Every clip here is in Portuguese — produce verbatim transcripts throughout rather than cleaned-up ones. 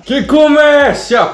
Que comece a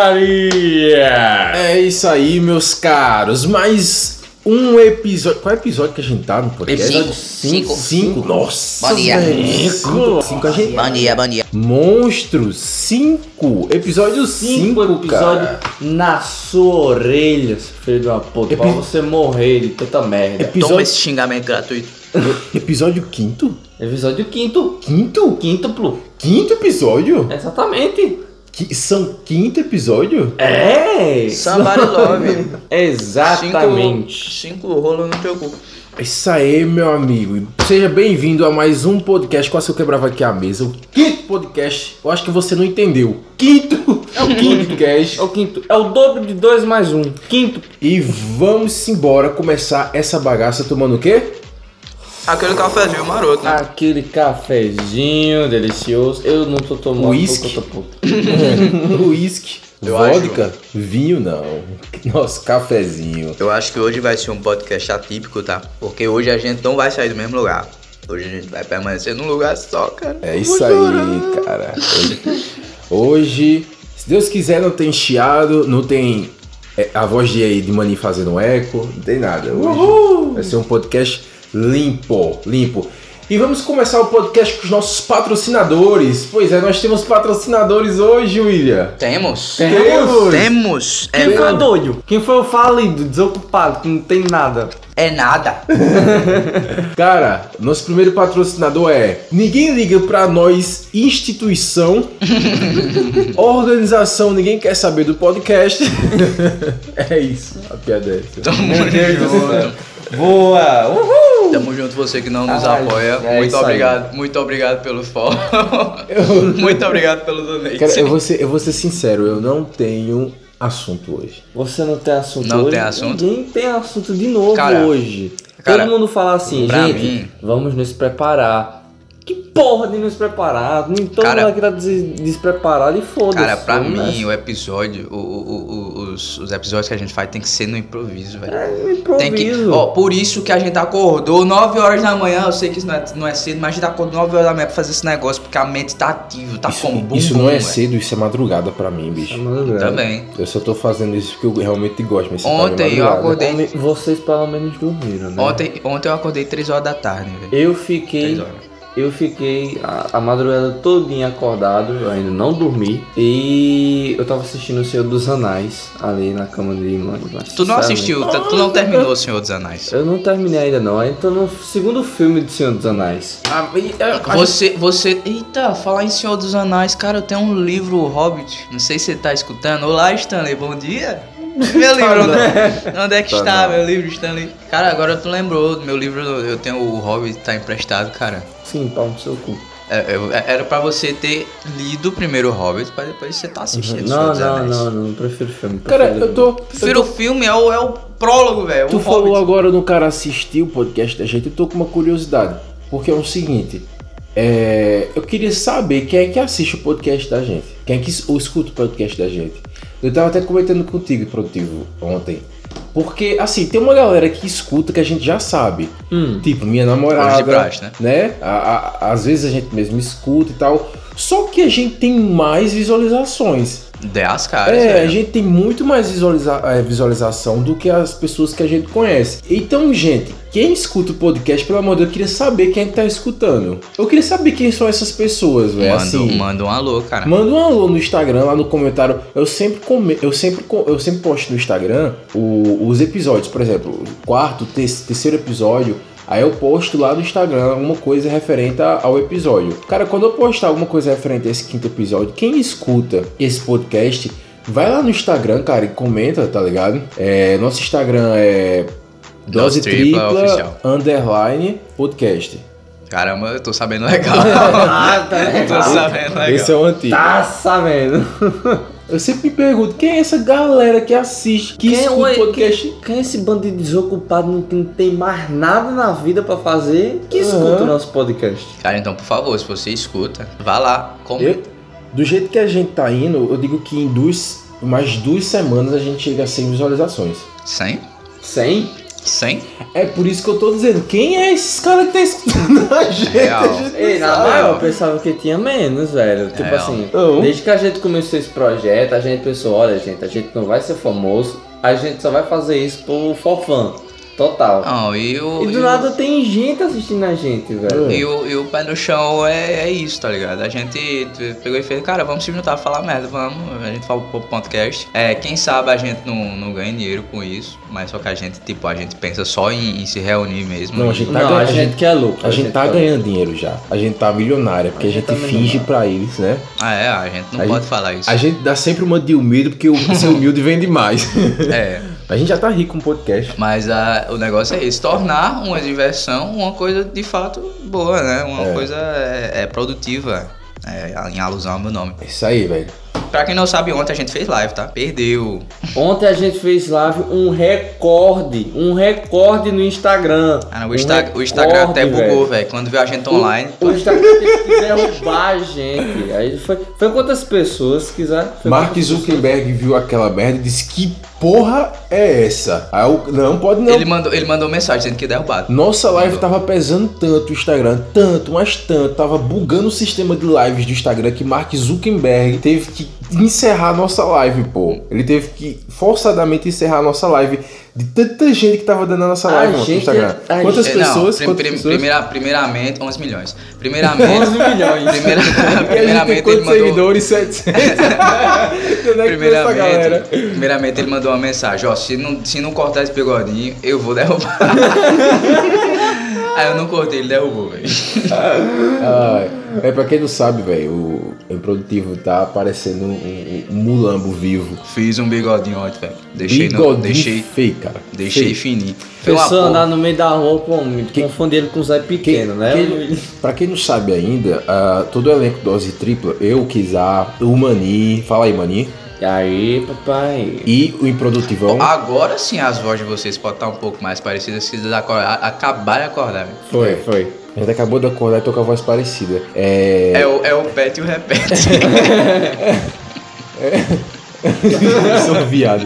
putaria! É isso aí, meus caros. Mais um episódio. Qual é o episódio que a gente tá no podcast? Episódio cinco. cinco. Nossa, Bom dia. velho. cinco a gente. Bom dia, bom dia. Monstros. cinco. Episódio cinco, episódio cara. na sua orelha, filho de uma puta. Pra Epi- você morrer de tanta merda. Episódio- Toma esse xingamento gratuito. Episódio quinto? Episódio quinto. Quinto? Quíntuplo. Quinto episódio? Exatamente. Que são quinto episódio? É! Somebody love. Exatamente. Cinco, cinco rolos no teu cu. Isso aí, meu amigo. Seja bem-vindo a mais um podcast. Quase eu quebrava aqui a mesa. O quinto podcast. Eu acho que você não entendeu. Quinto é o podcast. É o quinto. É o dobro de dois mais um. Quinto. E vamos embora começar essa bagaça tomando o quê? Aquele cafezinho maroto, né? Aquele cafezinho delicioso. Eu não tô tomando. Whisky. porque eu tô puto. Uísque, Eu vodka, vinho não. Nossa, cafezinho. Eu acho que hoje vai ser um podcast atípico, tá? Porque hoje a gente não vai sair do mesmo lugar. Hoje a gente vai permanecer num lugar só, cara. É Eu isso vou aí, chorar. cara. Hoje, hoje, se Deus quiser, não tem chiado, não tem é, a voz de aí de Mani fazendo eco, não tem nada. Hoje vai ser um podcast limpo, limpo. E vamos começar o podcast com os nossos patrocinadores. Pois é, nós temos patrocinadores hoje, William. Temos. Temos. Temos. É, Quem foi o nada. doido? Quem foi o falido, desocupado, que não tem nada? É nada. Cara, nosso primeiro patrocinador é Ninguém Liga Pra Nós Instituição. Organização Ninguém Quer Saber do Podcast. É isso, a piada é essa. Tamo junto. Boa! Uhul! Tamo junto, você que não nos Ai, apoia. é muito isso aí. obrigado. Muito obrigado pelo follow. Muito obrigado pelo donate. Cara, eu vou, ser, eu vou ser sincero, eu não tenho assunto hoje. Você não tem assunto Não hoje? tem assunto? Ninguém tem assunto de novo Cara, hoje. cara, Todo mundo fala assim, pra gente, mim- vamos nos preparar. Que porra de nos preparar? Nem todo Cara, mundo aqui tá des- despreparado e foda-se. Cara, pra vamos mim, nessa. o episódio, o, o- o- os, os episódios que a gente faz tem que ser no improviso, velho. É um improviso. Tem que, ó, por isso que a gente acordou nove horas da manhã. Eu sei que isso não é, não é cedo, mas a gente acordou nove horas da manhã pra fazer esse negócio, porque a mente tá ativa, tá Isso, como bum isso bum, não é velho. cedo, isso é madrugada pra mim, bicho. Também. Eu só tô fazendo isso porque eu realmente gosto. Mas você tá de Ontem eu madrugada. acordei- Homem, vocês pelo menos dormiram, né? Ontem, ontem eu acordei três horas da tarde, velho. Eu Três fiquei... horas. Eu fiquei a, a madrugada todinha acordado, eu ainda não dormi. E eu tava assistindo O Senhor dos Anéis ali na cama de mãe. Tu não assistiu, tu tu não terminou O Senhor dos Anéis. Eu não terminei ainda não, ainda tô no segundo filme do Senhor dos Anéis. Ah, e- é, a Você, você. Eita, falar em Senhor dos Anéis, cara, eu tenho um livro o Hobbit. Não sei se você tá escutando. Olá, Stanley, bom dia. Meu livro, onde, onde é que Tá está não. meu livro, Stanley? Cara, agora tu lembrou, meu livro, eu tenho o Hobbit, tá emprestado, cara. Sim, pau no seu cu. É, eu- é- era pra você ter lido primeiro o Hobbit, pra depois você tá assistindo o Senhor Não, dos não, Anéis. não, não, não prefiro filme. Cara, prefiro eu tô. Prefiro eu o tô- filme, é o, é o prólogo, velho. Tu o falou Hobbit. agora no cara assistir o podcast da gente, eu tô com uma curiosidade. Porque é o seguinte, é, eu queria saber quem é que assiste o podcast da gente. Quem é que es- ou escuta o podcast da gente. Eu tava até comentando contigo, Produtivo, ontem. Porque, assim, tem uma galera que escuta que a gente já sabe. Hum. Tipo, minha Hoje de namorada, praxe, né? né? A- a- às vezes a gente mesmo escuta e tal. Só que a gente tem mais visualizações. Dê as caras, É, a velho. gente tem muito mais visualiza- é, visualização do que as pessoas que a gente conhece. Então, gente, quem escuta o podcast, pelo amor de Deus, eu queria saber quem é que tá escutando. Eu queria saber quem são essas pessoas, velho. Manda, Assim, manda um alô, cara. manda um alô no Instagram, lá no comentário. Eu sempre, come, eu sempre, co- eu sempre posto no Instagram o- os episódios. Por exemplo, o quarto, te- terceiro episódio. Aí eu posto lá no Instagram alguma coisa referente a- ao episódio. Cara, quando eu postar alguma coisa referente a esse quinto episódio, quem escuta esse podcast, vai lá no Instagram, cara, e comenta, tá ligado? É, nosso Instagram é Dose Dose Tripla Tripla Oficial. Underline Podcast. Caramba, eu tô sabendo legal. Ah, tá Eu tô legal. sabendo legal. Esse é o antigo. Tá sabendo? Eu sempre me pergunto, quem é essa galera que assiste, que Quem é, escuta o- o podcast? quem, quem é esse bando de desocupado, não tem, tem mais nada na vida pra fazer, que Aham. escuta o nosso podcast? Cara, então, por favor, se você escuta, vá lá, comenta. Eu- do jeito que a gente tá indo, eu digo que em duas, mais duas semanas a gente chega a cem visualizações. cem? cem? cem? É por isso que eu tô dizendo, quem é esses caras que tá escutando a gente? Real. A gente não Ei, na sabe. maior, eu pensava que tinha menos, velho. Tipo Real. assim, Não. desde que a gente começou esse projeto, a gente pensou, olha, gente, a gente não vai ser famoso, a gente só vai fazer isso por for fun. Total. Não, e o... E do e o- nada tem gente assistindo a gente, velho. E o, e o pé no chão é, é isso, tá ligado? A gente pegou e fez, cara, vamos se juntar, falar merda, vamos. A gente fala pro podcast. É, quem sabe a gente não, não ganha dinheiro com isso, mas só que a gente, tipo, a gente pensa só em, em se reunir mesmo. Não, a E- gente tá Não, ganhando. a gente que é louco. A gente tá ganhando dinheiro já. A gente tá milionária, porque a A gente, gente tá finge milionário. pra eles, né? Ah, é, a gente não A pode gente- falar isso. A gente dá sempre uma de humilde, porque o ser humilde vende mais. É, A gente já tá rico com o podcast. mas a, o negócio é esse, tornar uma diversão uma coisa de fato boa, né? Uma É. coisa é, é produtiva, é, em alusão ao meu nome. É isso aí, velho. Pra quem não sabe, ontem a gente fez live, tá? Perdeu. Ontem a gente fez live um recorde, um recorde no Instagram. Ah, não, o, Um Insta- o Instagram até recorde, bugou, velho. Quando viu a gente O- online. O, Instagram teve que derrubar a gente. Aí foi, foi quantas pessoas quiser. Foi Mark quantas Zuckerberg viu aquela merda e disse: que porra é essa? Aí eu, não, pode não. Ele mandou, ele mandou mensagem dizendo que ia derrubar. Nossa live Mandou. tava pesando tanto o Instagram, tanto, mas tanto, tava bugando o sistema de lives do Instagram que Mark Zuckerberg teve que encerrar a nossa live, pô. Ele teve que forçadamente encerrar a nossa live de tanta gente que tava dando a nossa A live no gente- Instagram. a Quantas É, pessoas? Não, prim- quantas prim- pessoas? primeira, primeiramente, onze milhões. Primeiramente. onze milhões. primeira, E a gente tem primeiramente, ele quantos mandou. seguidores? setecentos. De onde é que veio essa galera? Primeiramente, primeiramente, ele mandou uma mensagem: ó, se não, se não cortar esse bigodinho, eu vou derrubar. Aí eu não cortei, ele derrubou, velho. Ah, é, pra quem não sabe, velho, o Improdutivo tá parecendo um, um mulambo vivo. Fiz um bigodinho ontem, velho. Deixei, no, Bigodinho deixei, feio, cara. deixei Feio. fininho. Foi uma Pessoa porra. andar no meio da rua, pô, confundir ele com o Zé Pequeno, né? Quem- pra quem não sabe ainda, ah, todo o elenco Dose Tripla, eu, o Kizar, o Mani, fala aí, Mani, E aí, papai? e o Improdutivão. Agora sim as vozes de vocês podem estar um pouco mais parecidas se vocês acordar- acabarem de acordar, velho. Foi, foi. A gente acabou de acordar e tô com a voz parecida. É. É o, é o pet e o repete. Sou um viado.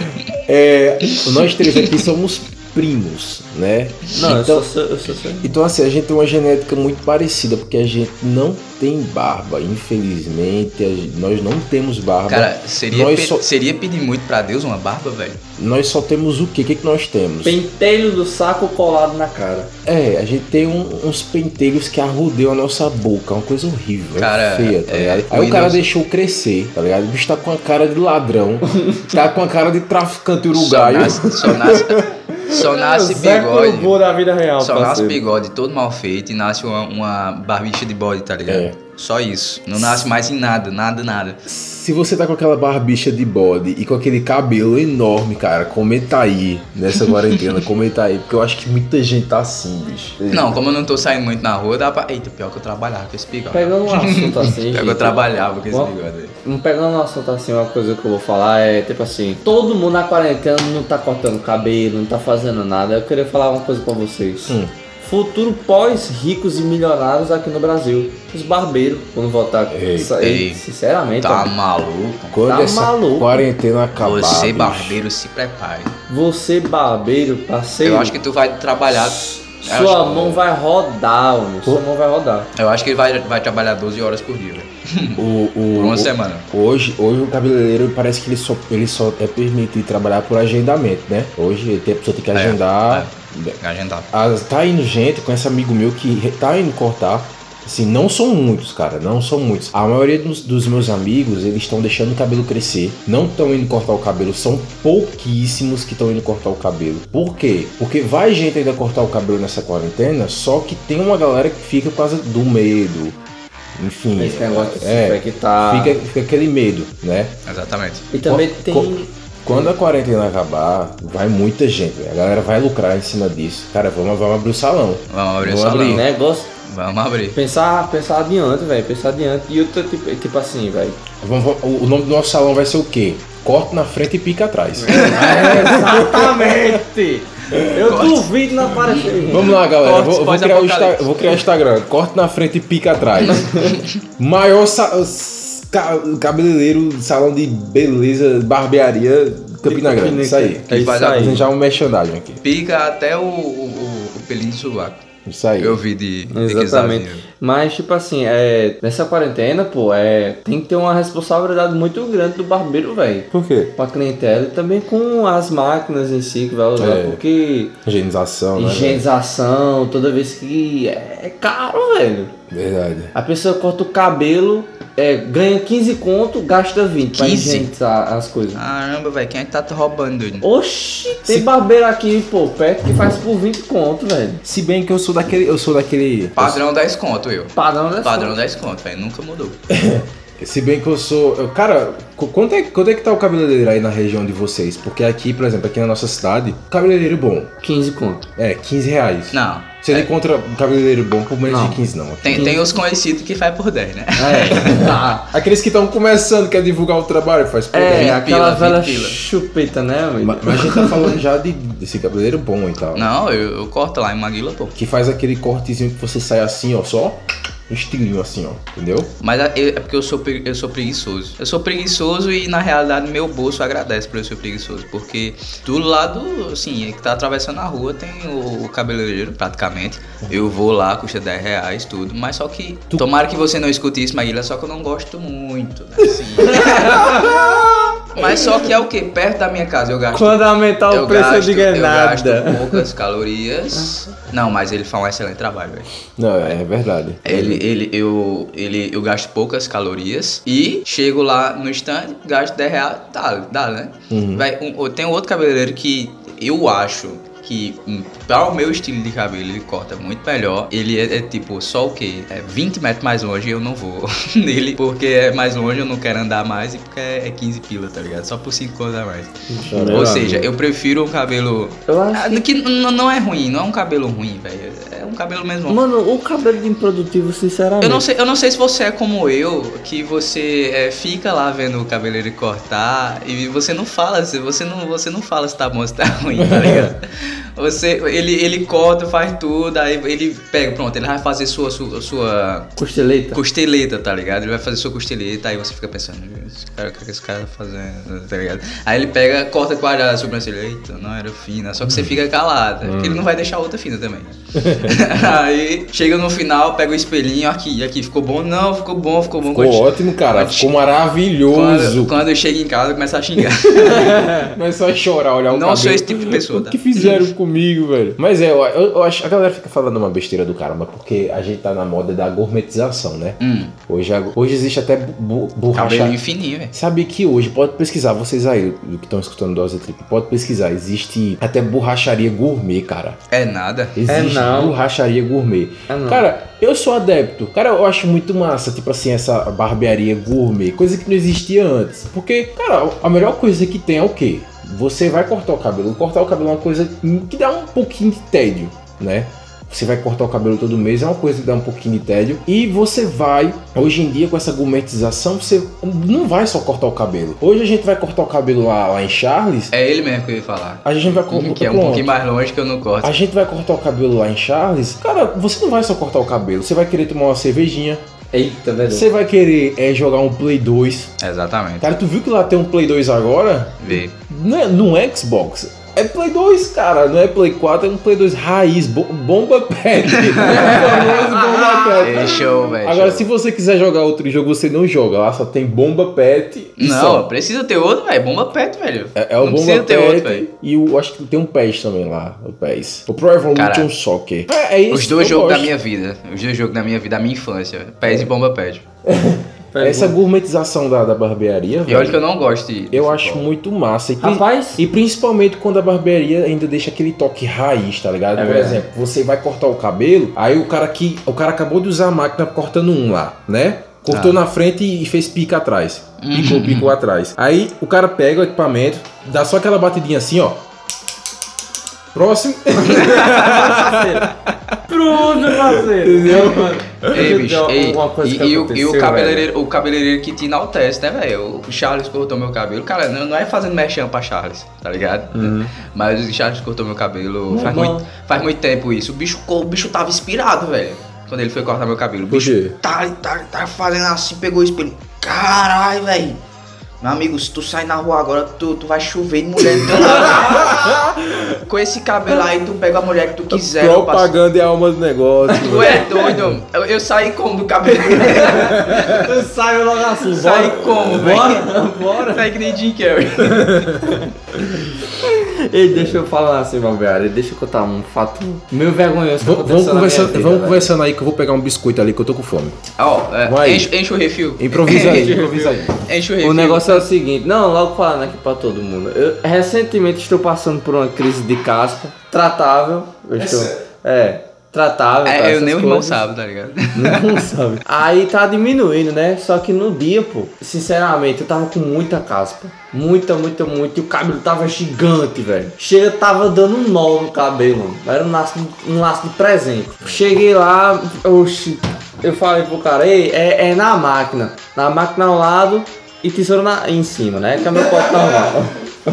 É, nós três aqui somos primos, né? Não, então, eu sou, eu sou, eu sou. então, assim, a gente tem uma genética muito parecida, porque a gente não tem barba. Infelizmente, a gente- nós não temos barba. Cara, seria, nós, pe- só, seria pedir muito pra Deus uma barba, velho? nós só temos o quê? O que, que nós temos? Pentelho do saco colado na cara. É, a gente tem um- uns pentelhos que arrudeiam a nossa boca, uma coisa horrível, Cara, é feia, tá é, ligado? Aí o o cara Windows- deixou crescer, tá ligado? O bicho tá com a cara de ladrão, tá com a cara de traficante Só uruguaio. nasce, só nasce, só nasce Zé bigode. Curubu da vida real, Só nasce parceiro. bigode todo mal feito e nasce uma, uma barbicha de bode, tá ligado? É. Só isso. Não nasce mais em nada, nada, nada. Se você tá com aquela barbicha de bode e com aquele cabelo enorme, cara, comenta aí nessa quarentena, comenta aí, porque eu acho que muita gente tá assim, bicho. Não, como eu não tô saindo muito na rua, dá pra. Eita, pior que eu trabalhava com esse bigode. Pegando um assunto assim, Pior que eu gente, trabalhava com esse Bom, bigode aí. um Pegando um assunto assim, uma coisa que eu vou falar é tipo assim, todo mundo na quarentena não tá cortando cabelo, não tá fazendo nada. Eu queria falar uma coisa pra vocês. Hum. Futuro pós-ricos e milionários aqui no Brasil. Os barbeiros, quando voltar. Ei, Isso- ei. Sinceramente, Tá ó, maluco? Quando Tá essa maluco. quarentena acabar, Você, bicho, barbeiro, se prepare. você barbeiro, parceiro. Eu acho que tu vai trabalhar. sua eu acho- mão vai rodar, homem. Sua mão vai rodar. Eu acho que ele vai, vai trabalhar doze horas por dia, velho. o, o, Por uma o- semana. Hoje, hoje o cabeleireiro parece que ele só, ele só é permitido trabalhar por agendamento, né? Hoje a pessoa tem que agendar. É, agendado. Ah, tá indo gente com esse amigo meu que re- tá indo cortar. Assim, não são muitos, cara, não são muitos. A maioria dos, dos meus amigos, eles estão deixando o cabelo crescer. Não estão indo cortar o cabelo. São pouquíssimos que estão indo cortar o cabelo. Por quê? Porque vai gente ainda cortar o cabelo nessa quarentena, só que tem uma galera que fica por causa do medo. Enfim, Esse negócio de se é, infectar. fica, fica aquele medo, né? Exatamente. E também Co- tem. co- Quando a quarentena acabar, vai muita gente, velho. A galera vai lucrar em cima disso. Cara, vamos, vamos abrir o salão. Vamos abrir o Vamos salão. abrir. Negócio. Vamos abrir. Pensar, pensar adiante, velho. Pensar adiante. E outra, tipo, tipo assim, velho. Vamos- vamos- o o nome do nosso salão vai ser o quê? Corte na frente e pica atrás. Exatamente! Eu duvido não aparecer. Vamos lá, galera. Cortes Vou, vou, pós criar o Insta- apocalipse. vou criar o Instagram. Corte na frente e pica atrás. Maior sa- s- ca- cabeleireiro, salão de beleza, barbearia Campina Grande, isso aí. É isso faz aí. Fazendo já uma merchandising aqui. Pica até o, o, o pelinho do sovaco. Isso aí. Eu vi de, de Exatamente. Kizazinho. Mas, tipo assim, é, nessa quarentena, pô, é, tem que ter uma responsabilidade muito grande do barbeiro, velho. Por quê? Com a clientela e também com as máquinas em si que vai usar, É. porque Higienização, né? velho? higienização, toda vez que é, é caro, velho. Verdade. A pessoa corta o cabelo, é, ganha quinze conto, gasta vinte pra quinze? higienizar as coisas. Caramba, velho, quem é que tá te roubando, doido? Oxi, tem Se- barbeiro aqui, pô, perto que faz por vinte conto, velho. Se bem que eu sou daquele. Eu sou daquele. Padrão dez conto, eu. Padrão dessa. Padrão dez conto, velho, nunca mudou. Se bem que eu sou. eu- cara, qu- quanto é, quanto é que tá o cabeleireiro aí na região de vocês? Porque aqui, por exemplo, aqui na nossa cidade, cabeleireiro bom. quinze conto. É, quinze reais. Não. Você não é, encontra um cabeleireiro bom por menos Não. de quinze, não. tem, tem os conhecidos que faz por dez, né? É, tá. Aqueles que estão começando, quer divulgar o trabalho, faz por É, dez. aquela pila, velha vinte pila. chupeta, né, amigo? Ma- Mas a gente tá falando já de, desse cabeleireiro bom e tal. Não, eu, eu corto lá em Maguila, pô. Que faz aquele cortezinho que você sai assim, ó, só. Um estilinho assim, ó. Entendeu? Mas é é porque eu sou, pre- eu sou preguiçoso. Eu sou preguiçoso e, na realidade, meu bolso agradece por eu ser preguiçoso. Porque do lado, assim, que tá atravessando a rua tem o, o cabeleireiro, praticamente. Eu vou lá, custa dez reais, tudo. Mas só que, tomara que você não escute isso, Maguila, só que eu não gosto muito, né? Assim. Mas só que é o quê? Perto da minha casa eu gasto. Quando aumentar o eu preço, eu gasto, digo é eu gasto nada. poucas calorias. Não, mas ele faz um excelente trabalho, velho. Não, é, é verdade. Ele, ele, eu, ele, eu gasto poucas calorias e chego lá no stand, gasto dez reais, dá, dá, né? Uhum. Vai, um, tem outro cabeleireiro que eu acho que, hum, para o meu estilo de cabelo, ele corta muito melhor. Ele é, é tipo, só o quê? É vinte metros mais longe e eu não vou nele, porque é mais longe, eu não quero andar mais e porque é, é quinze pila, tá ligado? Só por cinco contas a mais. Caramba. Ou seja, eu prefiro um cabelo... Eu acho Ah, que... que n- não é ruim, não é um cabelo ruim, velho. É um cabelo mesmo. Mano, o cabelo de improdutivo, sinceramente... Eu não, sei, eu não sei se você é como eu, que você é, fica lá vendo o cabeleireiro cortar e você não fala, você não, você não fala se tá bom ou se tá ruim, tá ligado? Você, ele, ele corta, faz tudo, aí ele pega, pronto, ele vai fazer sua, sua, sua Costeleta. costeleta, tá ligado? Ele vai fazer sua costeleta, aí você fica pensando, esse cara, o que que esse cara tá fazendo, tá ligado? Aí ele pega, corta com a sobrancelha, eita, não era fina, só que você fica calado, porque ele não vai deixar a outra fina também. Aí chega no final, pega o espelhinho, aqui, aqui, ficou bom? Não, ficou bom, ficou bom. Ficou Quando- ótimo, cara. quando- Ficou maravilhoso. Quando, quando eu chego em casa, eu começo a xingar. Não é só chorar, olhar o Não cabelo. sou esse tipo de pessoa, O tá? que fizeram comigo, velho? Mas é, eu, eu, eu acho. A galera fica falando uma besteira do caramba, porque a gente tá na moda da gourmetização, né? Hum, Hoje, a- hoje existe até bu, borracha. cabelinho fininho, velho. Sabe que hoje, pode pesquisar, vocês aí que estão escutando Dose Trip, pode pesquisar, existe até borracharia gourmet, cara. É nada. Existe não. borracharia gourmet. É não. Cara, eu sou adepto. Cara, eu acho muito massa, tipo assim, essa barbearia gourmet, coisa que não existia antes. Porque, cara, a melhor coisa que tem é o quê? Você vai cortar o cabelo. Cortar o cabelo é uma coisa que dá um pouquinho de tédio, né? Você vai cortar o cabelo todo mês, é uma coisa que dá um pouquinho de tédio. E você vai, hoje em dia, com essa gourmetização, você não vai só cortar o cabelo. Hoje a gente vai cortar o cabelo lá, lá em Charles. É ele mesmo que eu ia falar. A gente vai cortar. Que é um pouquinho mais longe que eu não corto. A gente vai cortar o cabelo lá em Charles. Cara, você não vai só cortar o cabelo. Você vai querer tomar uma cervejinha. Eita, velho. Você vai querer é, jogar um Play dois. Exatamente. Cara, tu viu que lá tem um Play dois agora? Vê. Não é, não é Xbox. É Play dois, cara. Não é Play quatro, é um Play dois raiz. Bo- bomba pet. O famoso bomba pet. É show, velho. Agora, show. se você quiser jogar outro jogo, você não joga. Lá só tem bomba pet e Não, só. precisa ter outro, velho. Bomba pet, velho. É, é o não bomba precisa ter pet outro, velho. e o, acho que tem um P E S também lá. O P E S. O Pro Evolution Cara, Soccer. É, é isso. Os dois eu jogos da gosto. minha vida. Os dois jogos da minha vida, da minha infância. P E S e Bomba Pet. Essa gourmetização da, da barbearia, E velho, olha que eu não gosto de. de eu futebol. acho muito massa. E, pri- Rapaz, e principalmente quando a barbearia ainda deixa aquele toque raiz, tá ligado? É Por verdade. exemplo, você vai cortar o cabelo, aí o cara que o cara acabou de usar a máquina cortando um lá, né? Cortou Ah. na frente e fez pica atrás. Picou, picou atrás. Aí o cara pega o equipamento, dá só aquela batidinha assim, ó. Próximo. pronto, parceiro. Entendeu? Ei, bicho, ei, Uma coisa e, que e o, e aconteceu, o cabeleireiro, o cabeleireiro que te enaltece, né, velho? O Charles cortou meu cabelo. Cara, não, não é fazendo merchan pra Charles, tá ligado? Mas o Charles cortou meu cabelo faz Normal. muito, faz muito tempo isso. O bicho, o bicho tava inspirado, velho. Quando ele foi cortar meu cabelo. O Por bicho quê? tá, tá, tá fazendo assim, pegou o espelho. Caralho, velho. Meu amigo, se tu sair na rua agora, tu, tu vai chover de mulher do teu lado. Com esse cabelo aí, tu pega a mulher que tu quiser. Propaganda é a alma do negócio. Tu é doido. Eu, eu saí como do cabelo? Eu saio logo assim, Saí como, velho? Bora, bora. Sai que nem Jim Carrey. Ei, deixa eu falar assim, Balbeário, deixa eu contar um fato meio vergonhoso que Vamos, aconteceu vamos, na minha conversando, vida, vamos velho. conversando aí que eu vou pegar um biscoito ali que eu tô com fome. Ó, é, Vai. enche, enche o refil. Improvisa aí, improvisa aí. Enche o refil. O negócio é o seguinte, não, logo falando aqui pra todo mundo. Eu recentemente estou passando por uma crise de caspa, tratável. Eu É estou, sério? é, tratável. tá, É, eu essas nem o irmão coisas. sabe, tá ligado? Não sabe. Aí tá diminuindo, né? Só que no dia, pô, sinceramente, eu tava com muita caspa. Muita, muita, muita. E o cabelo tava gigante, velho. Chega, tava dando um nó no cabelo, mano. Era um laço, um laço de presente. Cheguei lá, oxi. Eu falei pro cara, ei, é, é na máquina. Na máquina ao lado e tesoura na, em cima, né? Que é meu pote normal.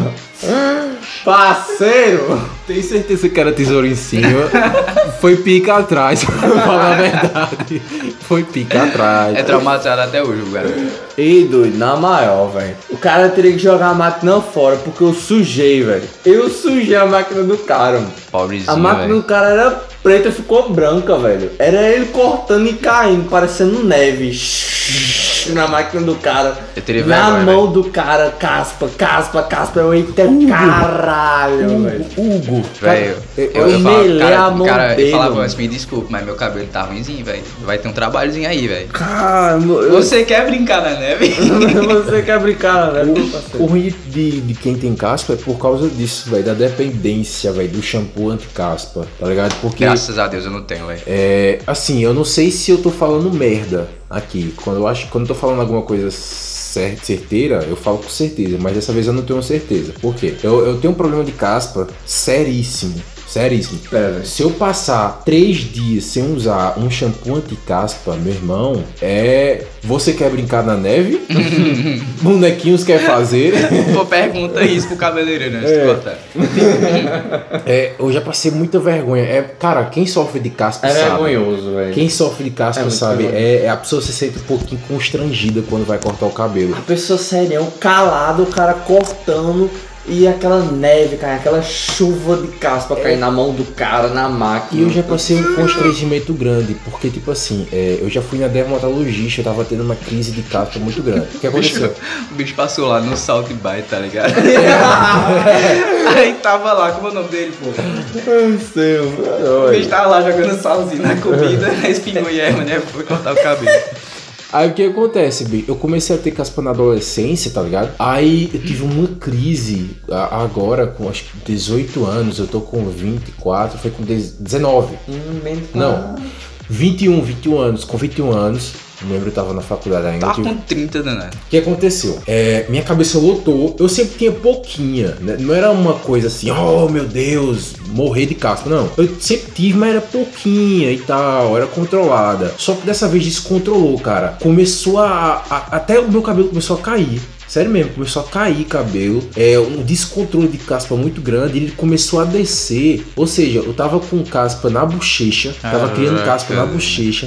Parceiro! Tenho certeza que era tesouro em cima. Foi pica atrás, pra falar a verdade. Foi pica atrás. É traumatizado até hoje, o garoto. Ei, doido, na maior, velho. O cara teria que jogar a máquina fora porque eu sujei, velho. Eu sujei a máquina do cara, mano. Pobrezinho, A máquina velho. do cara era preta, ficou branca, velho. Era ele cortando e caindo, parecendo neve. Na máquina do cara. Eu teria Na vergonha, mão do cara, caspa, caspa, caspa. Eu eita caralho, velho. Hugo. Velho, eu- eu, eu falava, melei cara, a mão cara, dele, eu falava mano. assim, me desculpa, mas meu cabelo tá ruimzinho, velho. Vai ter um trabalhozinho aí, velho. Caramba, eu... Você quer brincar na neve? Você quer brincar, né? O ruim de, de quem tem caspa é por causa disso, velho, da dependência, velho, do shampoo anti-caspa, tá ligado? Porque, Graças a Deus eu não tenho, velho. é, assim, eu não sei se eu tô falando merda aqui. Quando eu acho, quando eu tô falando alguma coisa cer- certeira, eu falo com certeza, mas dessa vez eu não tenho certeza. Por quê? Eu, eu tenho um problema de caspa seríssimo. Seríssimo. É, velho. Se eu passar três dias sem usar um shampoo anti-caspa, meu irmão, é. Você quer brincar na neve? Bonequinhos quer fazer? Pô, pergunta isso pro cabeleireiro antes É. de cortar. É, eu já passei muita vergonha. É, cara, quem sofre de caspa É sabe. vergonhoso, velho. Quem sofre de caspa É muito sabe. vergonhoso. É, é a pessoa se sente um pouquinho constrangida quando vai cortar o cabelo. A pessoa séria, calado, o cara cortando e aquela neve, cara, aquela chuva de caspa cair na mão do cara, na máquina. E eu já passei um constrangimento grande, porque, tipo assim, é, eu já fui na dermatologista, eu tava tendo uma crise de caspa muito grande. O que aconteceu? O bicho passou lá no Salt Bay, tá ligado? Aí tava lá, como é o nome dele, pô? Eu sei, O bicho tava lá jogando salzinho na comida, respingou e erva, né? Foi cortar o cabelo. Aí o que acontece, bicho? Eu comecei a ter caspa na adolescência, tá ligado? Aí eu tive uma crise a- agora, com acho que dezoito anos, eu tô com vinte e quatro, foi com dezenove. Hum, bem Não, vinte e um, vinte e um anos. Com vinte e um anos, não lembro, eu tava na faculdade ainda. Tá eu tive- com trinta, danado. O que aconteceu? É, minha cabeça lotou, eu sempre tinha pouquinha, né? Não era uma coisa assim, oh meu Deus, morrer de caspa, não. Eu sempre tive, mas era pouquinha e tal, era controlada. Só que dessa vez descontrolou, cara. Começou a, a- até o meu cabelo começou a cair. Sério mesmo, começou a cair cabelo, é um descontrole de caspa muito grande, ele começou a descer, ou seja, eu tava com caspa na bochecha, tava criando caspa na Caraca. bochecha,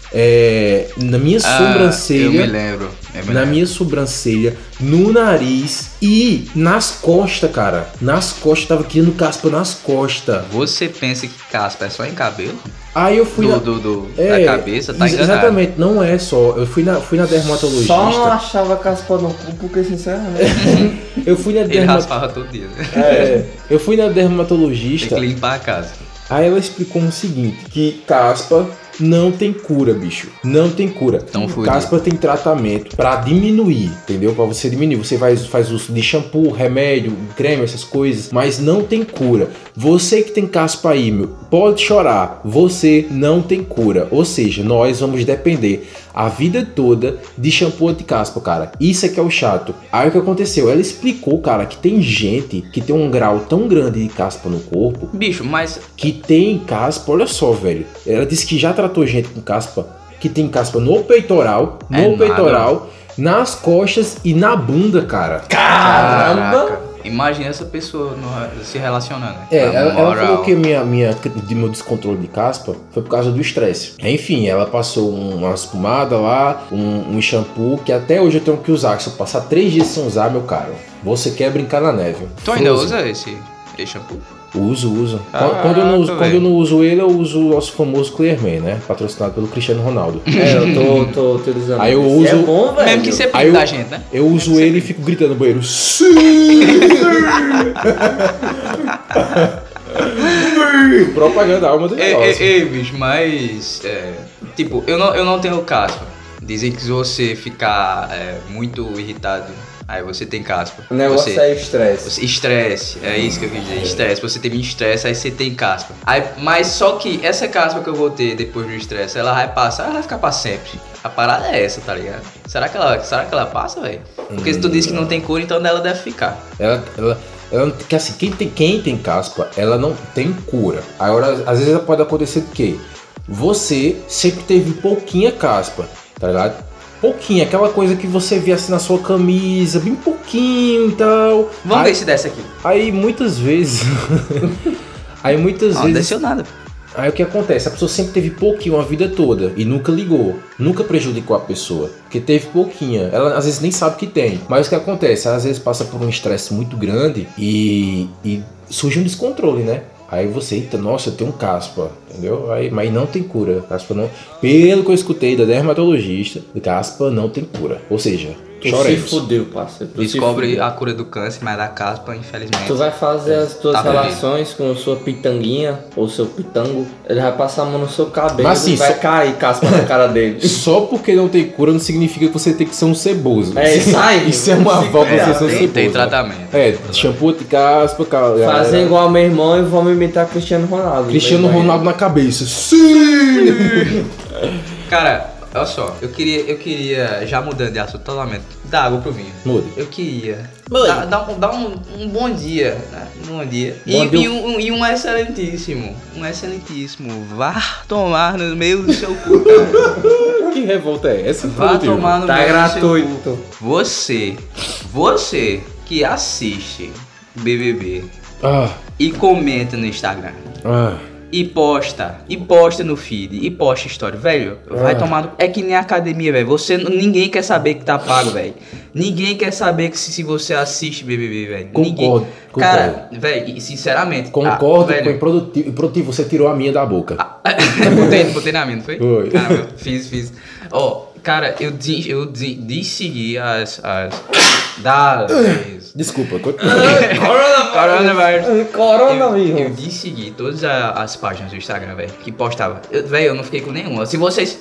é, na minha sobrancelha, Ah, eu me lembro. Eu me na lembro. minha sobrancelha, no nariz e nas costas, cara. Nas costas, tava criando caspa nas costas. Você pensa que caspa é só em cabelo? Aí eu fui Do, na... do, do- É, da cabeça, tá ex- enganado. exatamente, não é só. Eu fui na, fui na dermatologista. Só não achava caspa no cu, porque sinceramente. Eu fui na Ele derma... raspava todo dia, né? é, eu fui na Tem dermatologista. que limpar a casa. Aí ela explicou o seguinte, que caspa não tem cura, bicho. Não tem cura. Tão fudido. Caspa tem tratamento pra diminuir, entendeu? Pra você diminuir. Você faz, faz uso de shampoo, remédio, creme, essas coisas, mas não tem cura. Você que tem caspa aí, meu, pode chorar. Você não tem cura. Ou seja, nós vamos depender a vida toda de shampoo anti-caspa, cara. Isso é que é o chato. Aí o que aconteceu? Ela explicou, cara, que tem gente que tem um grau tão grande de caspa no corpo Bicho, mas que tem caspa, olha só, velho. Ela disse que já tratou gente com caspa, que tem caspa no peitoral, no É nada. peitoral, nas costas e na bunda, cara. Caramba! Caraca. Imagina essa pessoa no, se relacionando. É, ela, ela falou que minha, minha, de meu descontrole de caspa foi por causa do estresse. Enfim, ela passou umas pomadas lá, um, um shampoo que até hoje eu tenho que usar. Se eu passar três dias sem usar, meu caro, você quer brincar na neve. Tu ainda Frozen. usa esse, esse shampoo? Uso, uso. Ah, quando, eu não uso quando eu não uso ele, eu uso o nosso famoso Clearman, né? Patrocinado pelo Cristiano Ronaldo. É, eu tô, tô utilizando. Aí eu uso. É bom, velho. Mesmo que você pinta da gente, né? Eu uso ele e fico gritando no banheiro. Sim! Propaganda, alma do negócio. Ei, ei, ei, bicho, mas. É, tipo, eu não, eu não tenho caspa. Dizem que se você ficar é, muito irritado. Aí você tem caspa. O negócio você, é estresse. Estresse, é isso que eu quis dizer. Estresse, você teve estresse, aí você tem caspa. Aí, mas só que essa caspa que eu vou ter depois do estresse, ela vai passar, ela vai ficar pra sempre. A parada é essa, tá ligado? Será que ela, será que ela passa, velho? Porque hum, se tu disse que não tem cura, então ela deve ficar. Ela, ela, ela que assim, quem tem, quem tem caspa, ela não tem cura. Agora, às vezes pode acontecer o quê? Você sempre teve pouquinha caspa, tá ligado? Pouquinho, aquela coisa que você vê assim na sua camisa, bem pouquinho e tal. Vamos aí, ver se desce aqui. Aí muitas vezes. aí muitas não, vezes. Não desceu nada. Aí o que acontece? A pessoa sempre teve pouquinho a vida toda e nunca ligou, nunca prejudicou a pessoa, porque teve pouquinha. Ela às vezes nem sabe que tem. Mas o que acontece? Ela às vezes passa por um estresse muito grande e, e surge um descontrole, né? Aí você, eita, nossa, eu tenho um caspa, entendeu? Aí, mas não tem cura. Caspa não. Pelo que eu escutei da dermatologista, caspa não tem cura. Ou seja, tu choremos. se fudeu, parceiro. Tu Descobre a cura do câncer, mas da caspa, infelizmente. Tu vai fazer as tuas tá relações com a sua pitanguinha ou seu pitango, ele vai passar a mão no seu cabelo mas, assim, e vai só... cair caspa na cara dele. Só porque não tem cura não significa que você tem que ser um ceboso. É isso aí. Isso é uma avó pra você ser um tem, ceboso. Tem tratamento. É, shampoo de caspa, cara. Fazer igual meu irmão e vamos imitar Cristiano Ronaldo. Cristiano Ronaldo na cabeça. Sim! Cara, olha só, eu queria, eu queria, já mudando de assunto totalmente, dar água pro vinho. Mude. Eu queria dar, dar, um, dar um, um bom dia, né? Um bom dia. Bom e, dia. E, um, e um excelentíssimo, um excelentíssimo, vá tomar no meio do seu cu, cara. Que revolta é essa? Vá tomar no Tá meio gratuito. do seu cu. Você, você que assiste B B B Ah, e comenta no Instagram. ah. E posta, e posta no feed, e posta história, velho, vai Ah. tomar no... É que nem academia, velho, você, ninguém quer saber que tá pago, velho. Ninguém quer saber que se, se você assiste B B B, velho. Ninguém. Concordo, Cara, velho, e sinceramente... Concordo ah, com velho, improdutivo. Improdutivo, você tirou a minha da boca. botei, botei na minha, não foi? Foi. Caramba, fiz, fiz. Ó, cara, eu de, eu de, de seguir as... as da... Desculpa. continua. Coronavírus. Coronavírus. Eu, eu de seguir todas a- as páginas do Instagram, velho, que postava. Eu- Velho, eu não fiquei com nenhuma. Se vocês...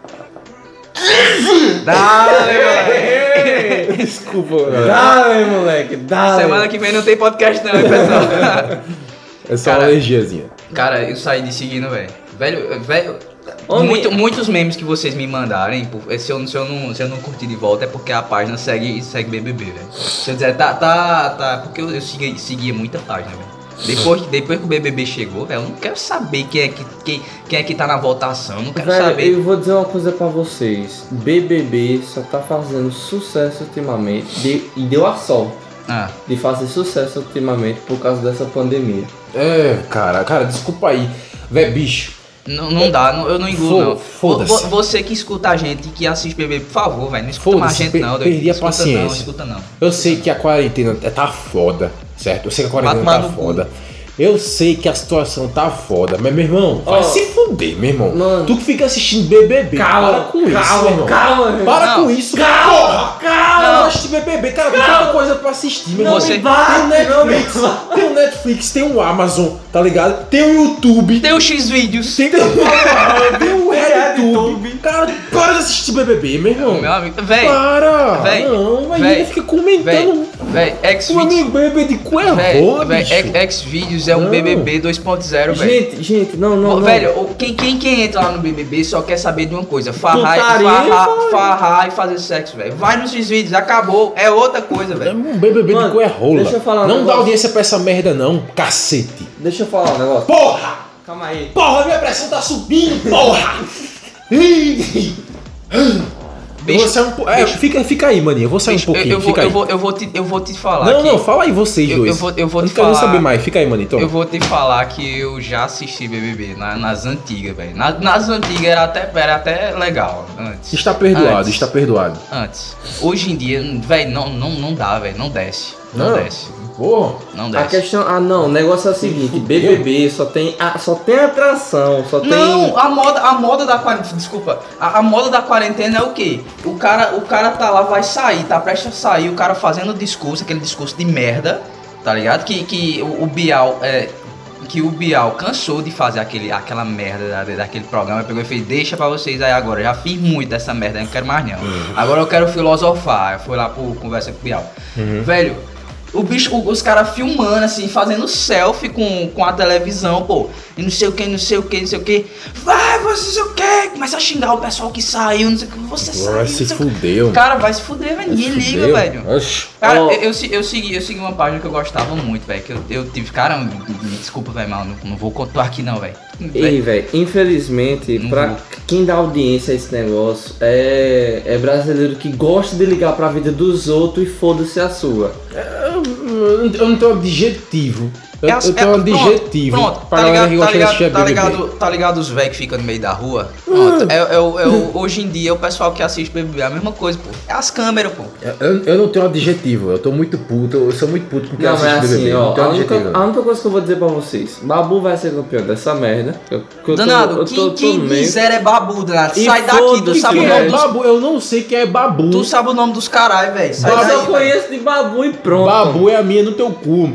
Dale, moleque. Desculpa, velho. Dale, moleque, dale. Semana que vem não tem podcast não, hein, pessoal. É só Cara, uma alergiazinha. Cara, eu saí de seguindo, velho. Velho, velho... Homem. Muito, muitos memes que vocês me mandarem, por- se eu, se, eu não, se eu não curtir de volta, é porque a página segue, segue B B B, velho. Se eu dizer, tá, tá, tá, porque eu, eu segui, seguia muita página, velho. Depois, depois que o B B B chegou, velho, eu não quero saber quem é que, quem, quem é que tá na votação, eu não quero Velho, saber. eu vou dizer uma coisa pra vocês. B B B só tá fazendo sucesso ultimamente de- e deu a sorte Ah, de fazer sucesso ultimamente por causa dessa pandemia. É, cara, cara, desculpa aí. Véi, bicho. não, não dá, não- eu não engulo, não. Foda-se. Vo- Você que escuta a gente, que assiste B B B, por favor, velho, não escuta mais a Foda-se, gente per- não, doido. perdi a Escuta paciência. Não, escuta não. Eu sei que a quarentena tá foda, certo? Eu sei que a quarentena Vai tá tomar no cu. foda. Eu sei que a situação tá foda, mas meu irmão, vai Ó, se fuder, meu irmão. mano. Tu que fica assistindo B B B, Calma, para com isso, calma, meu irmão. calma, meu Para Não. com isso, Calma, porra. calma. Eu assisti B B B, cara, tem tanta coisa pra assistir, meu irmão. Você- Tem o Netflix, tem o Netflix, tem o Amazon, tá ligado? Tem o YouTube, Tem o X-Vídeos. tem, tem o RedTube. Cara, para de assistir B B B, meu irmão. Meu amigo, véi, Para! véi, não, aí véi, ele fica comentando. véi, véi, O X-Vídeos. amigo B B B de cu é Véi, rola, véi, bicho. X- X-Vídeos é um Não. B B B dois ponto zero, velho. Gente, gente, não, não, não. Velho, o- quem, quem, quem entra lá no B B B só quer saber de uma coisa: farrar, Putaria, farrar, vai. farrar e fazer sexo, velho. Vai nos X-Vídeos, acabou. É outra coisa, É velho. um B B B Mano, de cu é rola. deixa eu falar um não dá negócio. audiência pra essa merda não, cacete. Deixa eu falar um negócio. Porra! Calma aí. Porra, minha pressão tá subindo, porra! Eu vou sair um po... é, fica, fica aí, maninho. Eu vou sair bicho, um pouquinho. Eu, eu, fica vou, aí. eu, vou, eu, vou te, eu vou te falar. Não, que não, fala aí vocês eu, dois. Eu vou, eu vou eu te não quero falar. saber mais. Fica aí, maninho. Então. Eu vou te falar que eu já assisti B B B na, nas antigas, velho. Nas, nas antigas era até, era até legal. Antes. Está perdoado, antes, está perdoado. Antes. Hoje em dia, velho, não, não, não dá, velho. Não desce. Não, não desce. Porra. Não A desce. questão. Ah, não. O negócio é o seguinte: B B B só tem, ah, só tem atração, só tem. Não, a moda, a moda da quarentena. Desculpa. A, a moda da quarentena é o quê? O cara, o cara tá lá, vai sair, tá prestes a sair, o cara fazendo discurso, aquele discurso de merda, tá ligado? Que, que o, o Bial. É, que o Bial cansou de fazer aquele, aquela merda da, daquele programa, pegou e fez, deixa pra vocês aí agora, já fiz muito dessa merda, não quero mais não. Uhum. Agora eu quero filosofar, eu fui lá pro conversa com o Bial. Uhum. Velho, o bicho, os caras filmando assim, fazendo selfie com, com a televisão, pô, e não sei o que, não sei o que, não sei o que, vai, você não sei o que, começa a xingar o pessoal que saiu, não sei o que, você Pô, saiu. Vai se fudeu. Cara, vai se fuder, velho, ninguém liga, velho. Oxi. Cara, oh. eu, eu, eu, segui, eu segui uma página que eu gostava muito, velho, que eu, eu tive, cara, me desculpa, velho, mas não, não vou contar aqui não, velho. Ei, velho, infelizmente, não pra vou. quem dá audiência a esse negócio, é, é brasileiro que gosta de ligar pra vida dos outros e foda-se a sua. Eu, eu não tenho adjetivo. Eu, É, eu tenho um adjetivo. Pronto, pronto, pra tá galera ligado, que tá gosta de assistir ligado, tá B B B. ligado, tá ligado os velhos que ficam no meio da rua? Pronto, é, é, o- é o- hoje em dia o pessoal que assiste B B B é a mesma coisa, pô. É as câmeras, pô. Eu, eu não tenho adjetivo, eu tô muito puto, eu sou muito puto com quem Não, assiste mas B B B. assim, não ó, tenho a única, adjetivo. a única coisa que eu vou dizer pra vocês, Babu vai ser campeão dessa merda. que eu- que eu tô- Danado, eu quem, tô- tô quem no meio. quiser é babu, danado. E Sai daqui, tu foda-se, sabe o Quem nome é dos... babu? Eu não sei quem é babu. Tu sabe o nome dos caralho, velho. Sai Eu daí, só velho. conheço de Babu e pronto. Babu é a minha no teu cu.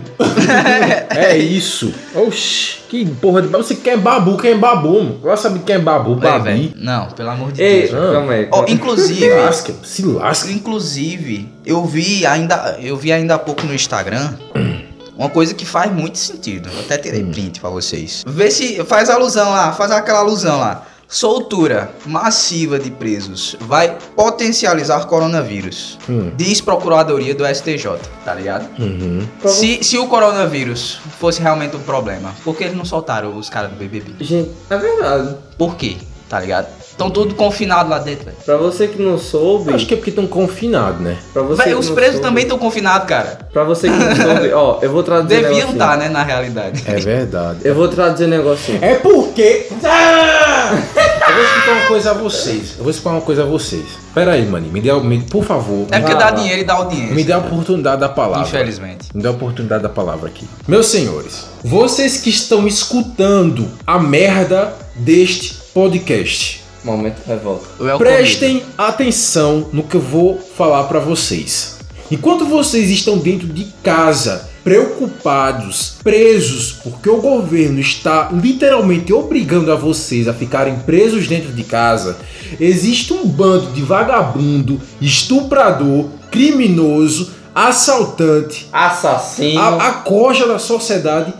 É isso. Oxi, que porra de babu. Você quer babu, quem é babu? Mano? Vai saber quem é babu, É, babi. velho. Não, pelo amor de Ei, Deus. Não. calma aí. Ó, calma aí. inclusive, Lasca, se lasca. inclusive, eu vi ainda, eu vi ainda há pouco no Instagram uma coisa que faz muito sentido. Eu até tirei print pra vocês. Vê se faz alusão lá, faz aquela alusão lá. Soltura massiva de presos vai potencializar coronavírus. Hum. Diz Procuradoria do S T J, tá ligado? Uhum. Se, se o coronavírus fosse realmente um problema, por que eles não soltaram os caras do B B B? Gente, é verdade. Por quê? Tá ligado? Estão todos confinados lá dentro, velho. Pra você que não soube, Acho que é porque estão confinados, né? pra você Véi, que os não presos soube- também estão confinados, cara. Pra você que não soube, ó, eu vou traduzir um Deviam negocinho. estar, né, na realidade. É verdade. Eu vou traduzir um negocinho. É porque. Ah! Eu vou explicar uma coisa a vocês. Eu vou explicar uma coisa a vocês. Pera aí, mano. Me dê, me, por favor. É porque Vai, dá vai. dinheiro e dá audiência. Me dê a oportunidade da palavra. Infelizmente. Me dê a oportunidade da palavra aqui. Meus senhores, vocês que estão escutando a merda deste podcast, Momento revolta. Welcome. prestem atenção no que eu vou falar pra vocês. Enquanto vocês estão dentro de casa, preocupados, presos, porque o governo está literalmente obrigando a vocês a ficarem presos dentro de casa, existe um bando de vagabundo, estuprador, criminoso, assaltante, Assassino. a, a coja da sociedade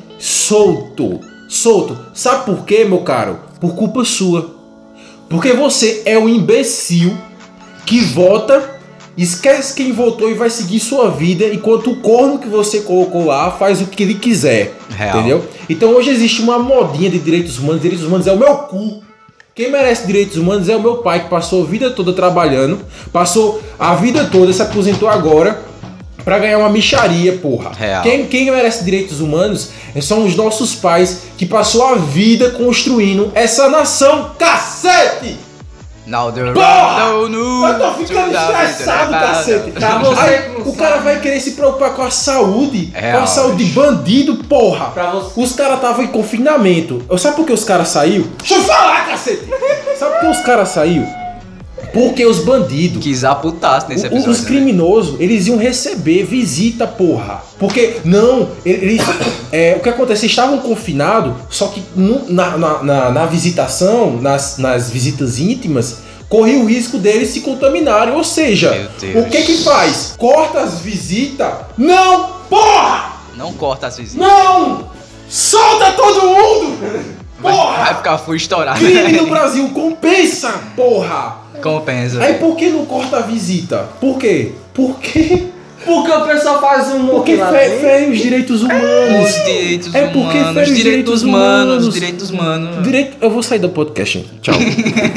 solto. Solto. Sabe por quê, meu caro? Por culpa sua. Porque você é um imbecil que vota, esquece quem votou e vai seguir sua vida, enquanto o corno que você colocou lá faz o que ele quiser. Real. Entendeu? Então hoje existe uma modinha de direitos humanos. Direitos humanos é o meu cu. Quem merece direitos humanos é o meu pai, que passou a vida toda trabalhando, passou a vida toda, se aposentou agora pra ganhar uma micharia, porra. Real. Quem, quem merece direitos humanos são os nossos pais, que passou a vida construindo essa nação, cacete! Now the Porra! road no Eu tô ficando estressado, cacete! Pra você Aí, que não o sabe. cara vai querer se preocupar com a saúde, É, com a saúde de bandido, porra! Pra você. Os caras estavam em confinamento. Sabe por que os caras saíram? Deixa eu falar, cacete! Sabe por que os caras saíram? Porque os bandidos, Quis aputasse nesse o- episódio. os né? criminosos, eles iam receber visita, porra. Porque, não, eles, é, o que acontece? Eles estavam confinados, só que no- na, na, na, na visitação, nas, nas visitas íntimas, corria o risco deles se contaminarem. Ou seja, Meu Deus. o que que faz? Corta as visitas? Não, porra! Não corta as visitas. Não! Solta todo mundo! Vai, Porra! vai ficar full estourado. Crime no Brasil compensa, porra! Compensa. Aí por que não corta a visita? Por quê? Porque, Porque o pessoal faz um porque lá fe- dentro. fere os direitos humanos. Os direitos É porque humanos. fere os Direitos direitos humanos. humanos. Direitos humanos. Direito... Eu vou sair do podcast. Tchau.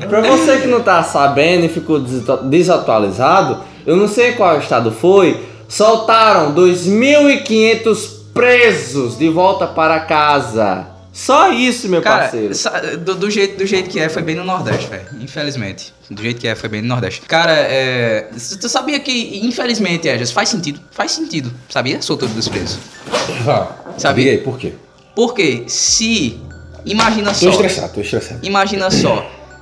Pra você que não tá sabendo e ficou desatualizado, eu não sei qual estado foi, soltaram dois mil e quinhentos presos de volta para casa. Só isso, meu Cara, parceiro. Do, do, jeito, do jeito que é, foi bem no Nordeste, velho. Infelizmente. Do jeito que é, foi bem no Nordeste. Cara, é... Tu sabia que, infelizmente, Edges, faz sentido? Faz sentido. Sabia? Soltura dos presos. Ah, Sabia? Diga aí, por quê? Porque se... Imagina só... Tô estressado, tô estressado. Imagina só.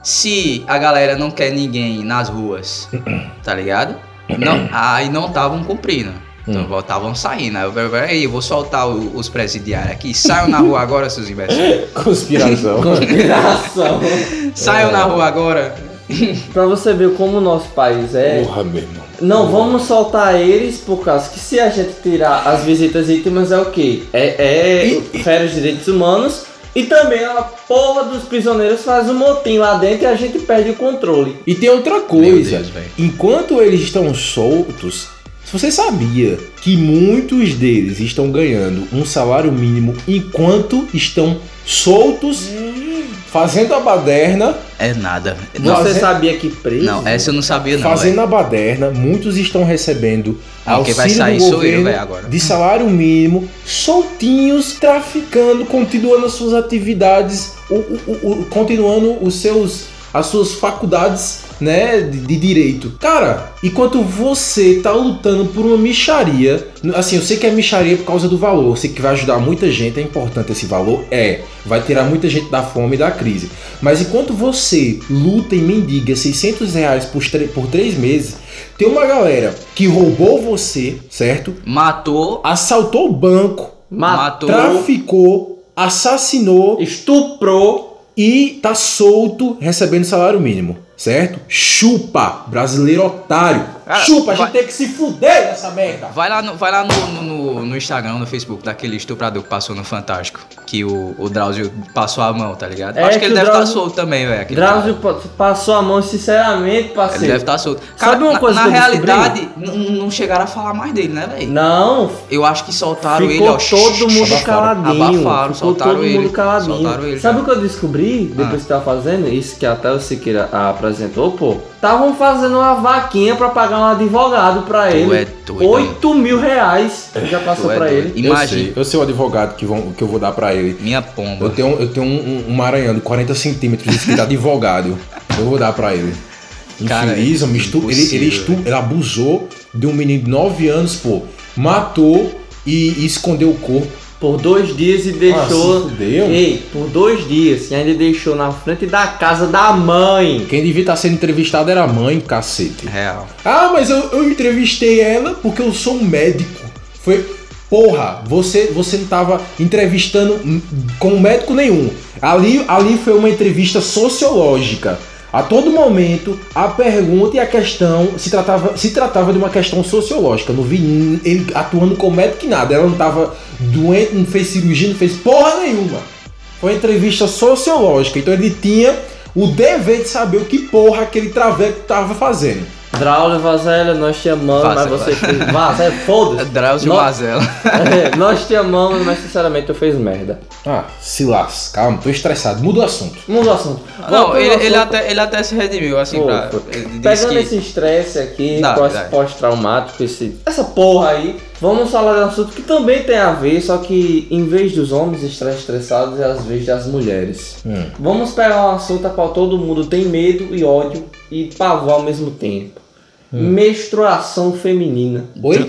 Se a galera não quer ninguém nas ruas, tá ligado? Não, aí não estavam cumprindo. Então hum. estavam saindo. Aí eu, peraí, eu vou soltar o, os presidiários aqui. Saiam na rua agora, seus imbecis. Conspiração. Conspiração. Saiam é. na rua agora. Pra você ver como o nosso país é. Porra, meu irmão. Não, vamos soltar eles por causa que se a gente tirar as visitas íntimas é o quê? É, é e, férias de direitos humanos. E também a porra dos prisioneiros faz um motim lá dentro e a gente perde o controle. E tem outra coisa. Deus, enquanto eles estão soltos, se você sabia que muitos deles estão ganhando um salário mínimo enquanto estão soltos, hum. fazendo a baderna... É nada. Você fazendo... sabia que preso? Não, essa eu não sabia não. Fazendo véio. a baderna, muitos estão recebendo não, auxílio vai sair do sou governo eu, véio, agora. de salário mínimo, soltinhos, traficando, continuando as suas atividades, o, o, o, continuando os seus, as suas faculdades, né, de, de direito. Cara, enquanto você tá lutando por uma mixaria, assim, eu sei que é mixaria por causa do valor, eu sei que vai ajudar muita gente, é importante esse valor, é, vai tirar muita gente da fome e da crise, mas enquanto você luta e mendiga seiscentos reais por, por três meses, tem uma galera que roubou você, certo? Matou, assaltou o banco, matou, traficou, assassinou, estuprou e tá solto recebendo salário mínimo. Certo? Chupa, brasileiro otário. Cara, chupa, a gente vai, tem que se fuder nessa merda. Vai lá, no, vai lá no, no, no Instagram, no Facebook, daquele estuprador que passou no Fantástico. Que o, o Drauzio passou a mão, tá ligado? É Acho que, que ele deve estar tá solto também, velho. Drauzio cara. passou a mão, sinceramente, parceiro. Ele deve estar tá solto. Cara, sabe uma coisa na, que na realidade, não chegaram a falar mais dele, né, velho? Não. Eu acho que soltaram ficou ele, ó. todo mundo abafaram. caladinho. Abafaram, ficou soltaram todo ele. mundo caladinho. Soltaram ele, sabe já. o que eu descobri depois ah. que tava fazendo? Isso que até o Siqueira apresentou, pô. Estavam fazendo uma vaquinha pra pagar um advogado pra tu ele. É doido, oito mil reais já passou é pra doido. ele. Imagina. Eu sei, eu sei o advogado que, vão, que eu vou dar pra ele. Minha pomba. Eu tenho, eu tenho um, um maranhão de quarenta centímetros escrito advogado. Eu vou dar pra ele. Infeliz, Cara, estu, ele, ele, estu, ele abusou de um menino de nove anos, pô. Matou e, e escondeu o corpo. Por dois dias e deixou. Ah, Ei, por dois dias e ainda deixou na frente da casa da mãe. Quem devia estar sendo entrevistado era a mãe, cacete. Real. Ah, mas eu, eu entrevistei ela porque eu sou um médico. Foi. Porra, você, você não tava entrevistando com médico nenhum. Ali, ali foi uma entrevista sociológica. A todo momento, a pergunta e a questão se tratava, se tratava de uma questão sociológica. Não vi ele atuando como médico que nada. Ela não estava doente, não fez cirurgia, não fez porra nenhuma. Foi uma entrevista sociológica. Então ele tinha o dever de saber o que porra aquele traveco estava fazendo. Drauzio Vazela, nós te amamos, Vazela. mas você fez... Vazela, foda-se. Drauzio nós... Vazela. É, nós te amamos, mas sinceramente tu fez merda. Ah, se lasca. Calma, tô estressado. Muda o assunto. Muda o assunto. Não, ele, assunto. Ele, até, ele até se redimiu, assim, Pô, pra... Pegando que... esse estresse aqui, Não, pós-traumático, esse, essa porra aí, vamos falar de um assunto que também tem a ver, só que em vez dos homens estar estressados, é às vezes das mulheres. Hum. Vamos pegar um assunto a qual todo mundo tem medo e ódio e pavor ao mesmo tempo. Hum. Menstruação feminina. Oi?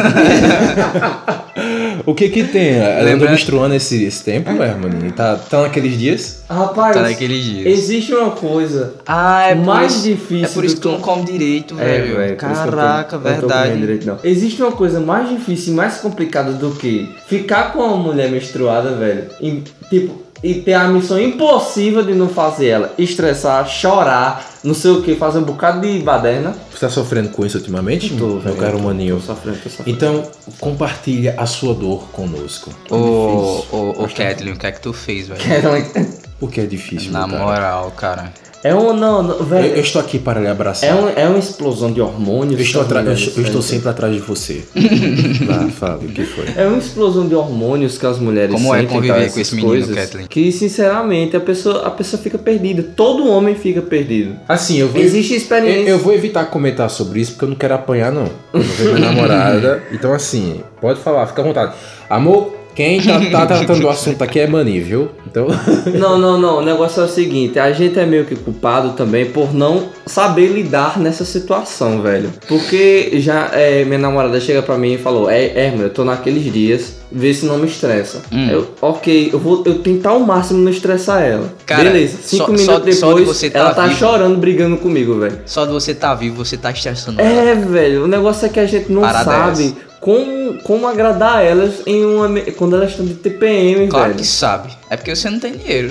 O que que tem? Ela Lembra... andou menstruando esse, esse tempo, é, maninho? Tá, tá naqueles dias? Rapaz, tá naqueles dias. Existe uma coisa ah, é mais isso, difícil. É por isso que tu não come direito, velho. É, velho. Caraca, tô, verdade. Direito, não. Existe uma coisa mais difícil e mais complicada do que ficar com uma mulher menstruada, velho. E, tipo, e ter a missão impossível de não fazer ela estressar, chorar, não sei o que, fazer um bocado de baderna. Você tá sofrendo com isso ultimamente? Tô, meu caro maninho. Tô sofrendo, tô sofrendo. Então, compartilha a sua dor conosco. Ô, ô, ô, Kathleen, o que é que tu fez, velho? O que é difícil, Na cara? moral, cara. É um, não, não velho. Eu, eu estou aqui para lhe abraçar. É, um, é uma explosão de hormônios. Eu estou, atra... eu, eu estou sentem. sempre atrás de você. Vá, fale, o que foi? É uma explosão de hormônios que as mulheres Como é sentem, conviver tá, com esse essas menino, coisas, Kathleen? que, sinceramente, a pessoa, a pessoa fica perdida. Todo homem fica perdido. Assim, eu vou... Existe experiência. Eu, eu vou evitar comentar sobre isso porque eu não quero apanhar, não. Eu vou ver minha namorada. Então, assim, pode falar, fica à vontade. Amor... Quem tá, tá tratando o assunto aqui é Mani, viu? Então... Não, não, não. O negócio é o seguinte. A gente é meio que culpado também por não saber lidar nessa situação, velho. Porque já é, minha namorada chega pra mim e falou: É, é, eu tô naqueles dias, vê se não me estressa. Hum. Eu, ok, eu vou eu tentar ao máximo não estressar ela. Cara, beleza, cinco só- minutos só- só de depois, você tá ela tá vivo. chorando, brigando comigo, velho. Só de você tá vivo, você tá estressando ela. É, velho, o negócio é que a gente não Parada sabe como, como agradar elas em uma, quando elas estão de T P M, Claro velho. que sabe. É porque você não tem dinheiro.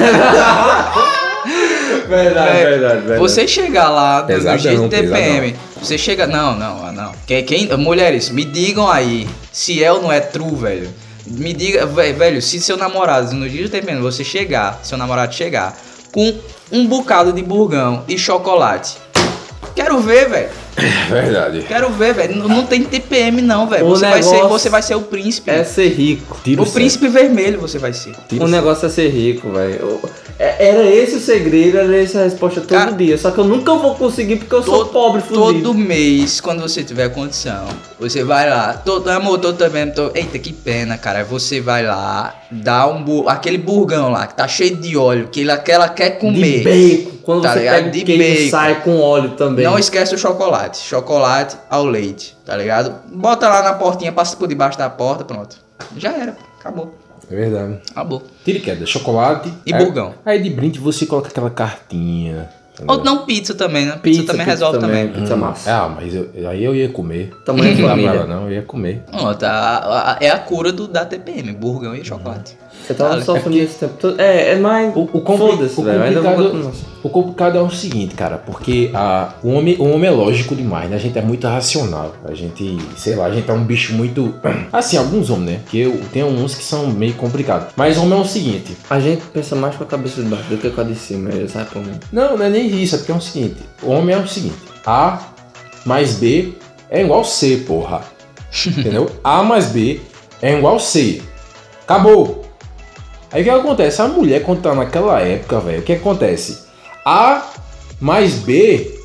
Verdade, É, verdade, verdade. Você chegar lá no Pesadão, G de T P M, pesadão. você chega. Não, não, não. Quem, quem, mulheres, me digam aí se é ou não é true, velho. Me diga, ve- velho, se seu namorado no dia de T P M você chegar, seu namorado chegar com um bocado de burgão e chocolate. Quero ver, velho. É verdade. Quero ver, velho. Não, não tem T P M não, velho. O Você vai ser, negócio você vai ser o príncipe. É ser rico. Tiro o príncipe vermelho você vai ser. Tiro O negócio é ser rico, velho. É- Era esse o segredo, era essa a resposta todo Cara, dia. Só que eu nunca vou conseguir porque eu sou Todo- pobre, fudido. Todo mês, quando você tiver condição, você vai lá. Todo, amor, tô também. Tô, eita, que pena, cara. Você vai lá, dá um bu, aquele burgão lá, que tá cheio de óleo, que ela, que ela quer De comer. bacon. Quando Tá você ligado? pega o De queijo, bacon. sai com óleo também. Não esquece o chocolate. Chocolate ao leite, tá ligado? Bota lá na portinha, passa por debaixo da porta, pronto. Já era, acabou. É verdade. Acabou. Tira e queda, chocolate. E aí, burgão. Aí de brinde você coloca aquela cartinha. Ou não, pizza também, né? Pizza, também resolve também. Pizza massa. Ah, mas eu- aí eu ia comer. Tamanho Não dá pra família. ela não, eu ia comer. Pronto, a- a- é a cura do, da T P M, burgão e chocolate. Você tava Olha, sofrendo esse tempo todo. É, é mais. O, o, compli- Foda-se, o velho. Ainda vou complicado, continuar. o complicado é o seguinte, cara, porque a, o, homem, o homem é lógico demais, né? A gente é muito racional. A gente, sei lá, a gente é um bicho muito. Assim, alguns homens, né? Porque eu tenho uns que são meio complicados. Mas o homem é o seguinte. A gente pensa mais com a cabeça de baixo do que com a de cima, ele sabe por mim. Não, não é nem isso, é porque é o seguinte. O homem é o seguinte. A mais B é igual C, porra. Entendeu? A mais B é igual C. Acabou. Aí o que acontece? A mulher, quando tá naquela época, velho, o que acontece? A mais B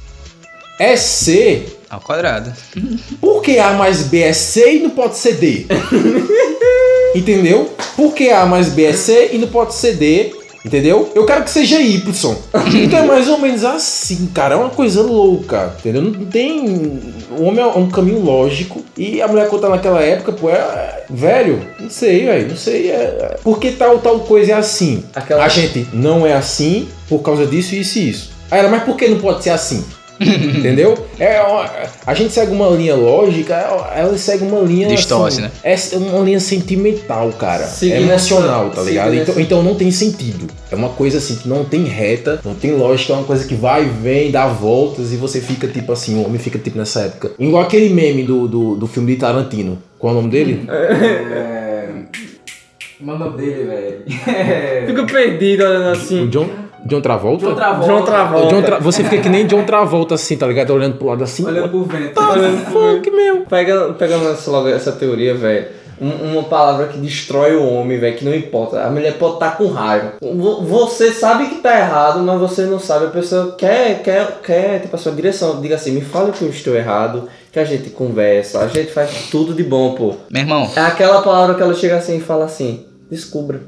é C. Ao quadrado. Por que A mais B é C e não pode ser D? Entendeu? Por que A mais B é C e não pode ser D? Entendeu? Eu quero que seja Y. Então é mais ou menos assim, cara. É uma coisa louca. Entendeu? Não tem. O homem é um caminho lógico. E a mulher, quando tá naquela época, pô, é. é- Velho, não sei, velho. Não sei. É... é- Por que tal, tal coisa é assim? Aquela- A gente não é assim por causa disso, isso e isso. Aí ela, mas por que não pode ser assim? Entendeu? É, ó, a gente segue uma linha lógica, ela segue uma linha. Distorce, assim, né? É uma linha sentimental, cara. Seguir é emocional, nessa- tá ligado? seguir Então, nessa- então não tem sentido. É uma coisa assim que não tem reta, não tem lógica, é uma coisa que vai e vem, dá voltas e você fica tipo assim, o homem fica tipo nessa época. Igual aquele meme do, do, do filme de Tarantino. Qual é o nome dele? É. Como é o nome dele, velho? Fico perdido olhando O assim. John, John Travolta? John Travolta. John Travolta. O John Tra- Você fica que nem John Travolta assim, tá ligado? Olhando pro lado assim. Olhando pro vento. Olhando pro- Fuck, meu. Pegando, pegando essa, logo essa teoria, velho. um- Uma palavra que destrói o homem, velho, que não importa. A mulher pode estar com raiva. Vo- Você sabe que tá errado, mas você não sabe. A pessoa quer, quer, quer tipo, a sua direção. Diga assim, me fala que eu estou errado, que a gente conversa, a gente faz tudo de bom, pô. Meu irmão, É aquela palavra que ela chega assim e fala assim, descubra.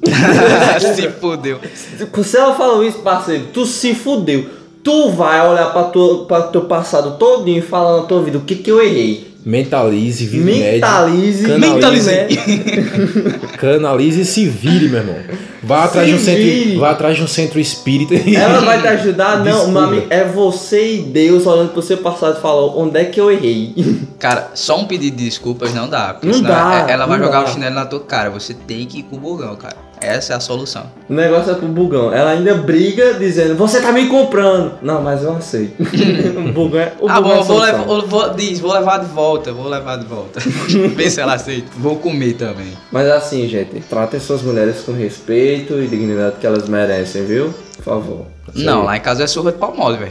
se fudeu. Se ela falou isso, parceiro, tu se fudeu. Tu vai olhar pra, tua, pra teu passado todinho e falar na tua vida o que que eu errei. Mentalize, vive Mentalize. médio. Mentalize. né? Canalize e se vire, meu irmão. Vá atrás, de um Se vire. centro, vá atrás de um centro espírita. Ela vai te ajudar? Não, Descubra. mami, é você e Deus olhando pro seu passado e falando onde é que eu errei. Cara, só um pedido de desculpas não dá. Porque Não senão dá, é- ela vai não jogar dá. o chinelo na tua cara. Você tem que ir com o bugão, cara. Essa é a solução. O negócio é pro bugão. Ela ainda briga dizendo, você tá me comprando. Não, mas eu aceito. o bugão é o ah, bugão é bom, a vou solução. levar, vou, vou- diz, vou levar de volta, vou levar de volta. Vê se ela aceita. Vou comer também. Mas assim, gente, tratem suas mulheres com respeito. respeito e dignidade que elas merecem, viu? Por favor. Não, lá em casa é surra de pau mole, velho.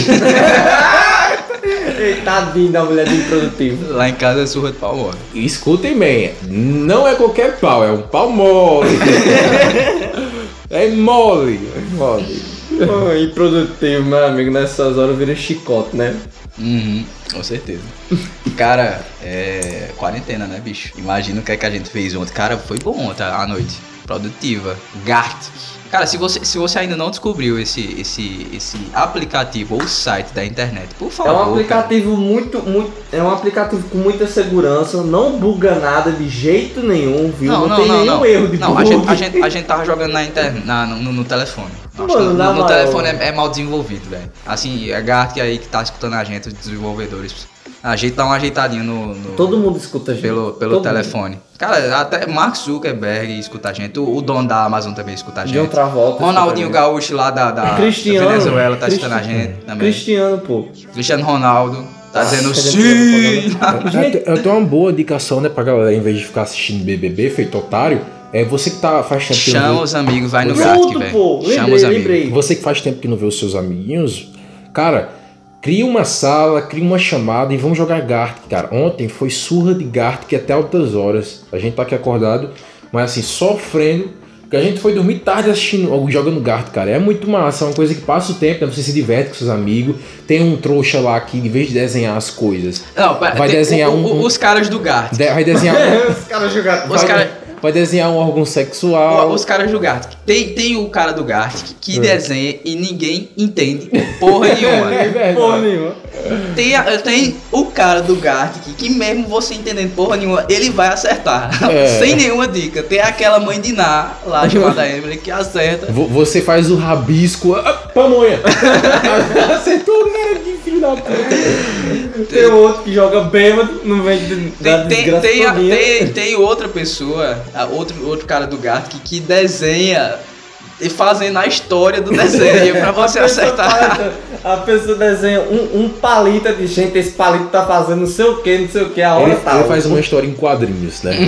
Ei, tadinho da mulher de improdutivo. Lá em casa é surra de pau mole. Escutem bem, não é qualquer pau, é um pau mole. É mole, é mole. Oh, improdutivo, meu amigo, nessas horas vira chicote, né? Uhum, com certeza. Cara, é. Quarentena, né, bicho? Imagina o que é que a gente fez ontem. Cara, foi bom ontem à noite. Produtiva. Gartic. Cara, se você, se você ainda não descobriu esse, esse, esse aplicativo ou site da internet, por favor. É um aplicativo cara. muito, muito. É um aplicativo com muita segurança, não buga nada de jeito nenhum, viu? Não, não, não tem não, nenhum não. erro de não, bug. A gente, a, gente, a gente tava jogando na internet, na, no, no telefone. Mano, no, no maior, telefone é, é mal desenvolvido, velho. Assim, a Gartic aí que tá escutando a gente, os desenvolvedores. A gente dá uma ajeitadinha no, no. Todo mundo escuta a gente. Pelo, pelo telefone. Mundo. Cara, até Mark Zuckerberg escuta a gente. O, o dono da Amazon também escuta a gente. De outra volta. Ronaldinho Gaúcho lá da, da, Cristiano, da Venezuela tá Cristiano, escutando a gente também. Cristiano, pô. Cristiano Ronaldo. Tá dizendo sim! Eu tenho uma boa indicação, né, pra galera, em vez de ficar assistindo B B B, feito otário. É você que tá, faz tempo que Chama não vê... os amigos, vai no Gartic, velho. Chama lembrei, os lembrei. amigos. Você que faz tempo que não vê os seus amiguinhos, cara, cria uma sala, cria uma chamada e vamos jogar Gartic, cara. Ontem foi surra de Gartic até altas horas. A gente tá aqui acordado, mas assim, sofrendo, porque a gente foi dormir tarde assistindo, ou jogando Gartic, cara. É muito massa, é uma coisa que passa o tempo, né? Você se diverte com seus amigos. Tem um trouxa lá que, em vez de desenhar as coisas, não, vai tem, desenhar o, um, um... Os caras do Gartic. De, vai desenhar um... Os caras jogaram. Os caras... Vai desenhar um órgão sexual. Os caras do Gartic. Tem, tem o cara do Gartic que é. desenha e ninguém entende porra nenhuma. É porra nenhuma. Tem, tem o cara do Gartic que mesmo você entendendo porra nenhuma, ele vai acertar. É. Sem nenhuma dica. Tem aquela mãe de Ná lá chamada Emily que acerta. Você faz o rabisco. Ah, pamonha! Acertou, cara, que filho da puta. Tem outro que joga bêbado, não vem da tem, desgraça tem, todinha. tem, tem outra pessoa, outro, outro cara do Gartic que desenha e fazendo a história do desenho pra você a acertar. Faz, a pessoa desenha um, um palito de gente, esse palito tá fazendo não sei o que, não sei o que, a hora ele, tá. Ele faz uma história em quadrinhos, né?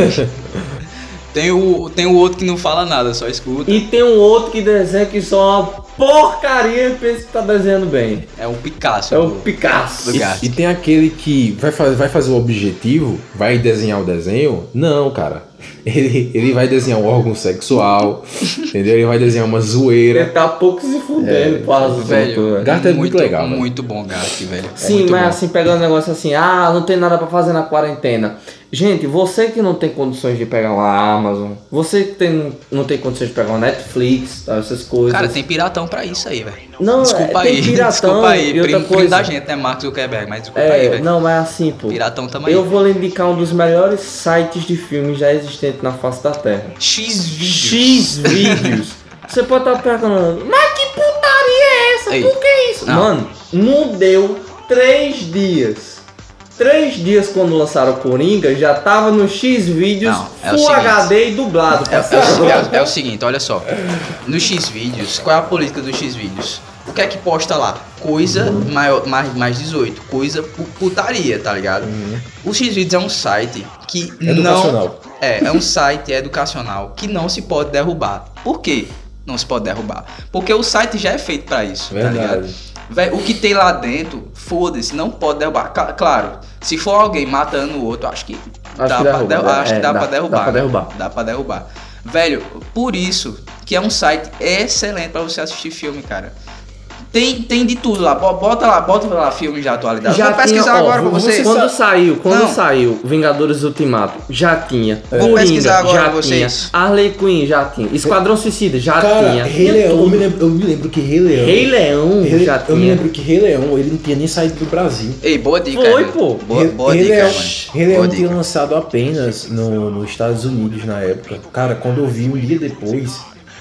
Tem o, tem o outro que não fala nada, só escuta. E tem um outro que desenha que só é uma porcaria e pensa que tá desenhando bem. É o Picasso. É do, o Picasso. Do e, e tem aquele que vai, faz, vai fazer o objetivo, vai desenhar o desenho. Não, cara. Ele, ele vai desenhar um órgão sexual, entendeu? Ele vai desenhar uma zoeira. Ele tá pouco se fudendo, é, quase. Velho, Gartic é muito legal. Muito bom, Gartic, velho. Sim, é mas bom. assim, pegando um negócio assim, ah, não tem nada pra fazer na quarentena. Gente, você que não tem condições de pegar uma Amazon, você que tem, não tem condições de pegar uma Netflix, tá, essas coisas. Cara, tem piratão pra isso aí, velho. Não, desculpa é, aí, tem piratão desculpa aí. E outra primo, coisa. primo da gente, né, Mark Zuckerberg, mas desculpa é, aí, velho. Não, mas assim, pô. Piratão também. Eu vou lhe indicar um dos melhores sites de filmes já existentes na face da Terra. X-Vídeos. X-Vídeos. Você pode estar perguntando, mas que putaria é essa? Ei, Por que isso? não. Mano, não deu três dias. Três dias quando lançaram o Coringa, já tava no X-Vídeos Não, é o Full seguinte. H D e dublado. É, é, é, é o seguinte, olha só. No X-Vídeos, qual é a política do X-Vídeos? O que é que posta lá? Coisa maior, mais, mais dezoito. Coisa pu- putaria, tá ligado? Uhum. O X-Vídeos é um site que Educacional. não... É, é um site educacional que não se pode derrubar. Por quê? Não se pode derrubar. Porque o site já é feito pra isso, Verdade. tá ligado? Véi, o que tem lá dentro, foda-se, não pode derrubar. Ca- Claro, se for alguém matando o outro, acho que Acho dá que pra, derruba, derru- é, acho que dá dá- pra derrubar. dá pra né? derrubar. Dá pra derrubar. Velho, por isso que é um site excelente pra você assistir filme, cara. Tem, tem de tudo lá, Bo- bota lá, bota lá filmes de atualidade. Já Vou pesquisar tinha, ó, agora pra você- vocês. Quando saiu, quando Não. saiu Vingadores Ultimato, já tinha. Vou Coringa, pesquisar agora já pra vocês. tinha. Harley Quinn, já tinha. Esquadrão Suicida, já Cara, tinha. Rei Tinha Leão, eu tudo. me, lembro, eu me lembro que Rei Leão. Rei Leão, Rei- já eu me tinha. lembro que Rei Leão, ele não tinha nem saído do Brasil. Ei, boa dica. Foi, mano. pô. Boa, boa Rei dica, Leão, mano. Rei Leão Boa tinha dica. lançado apenas no, nos Estados Unidos na época. Cara, quando eu vi um dia depois,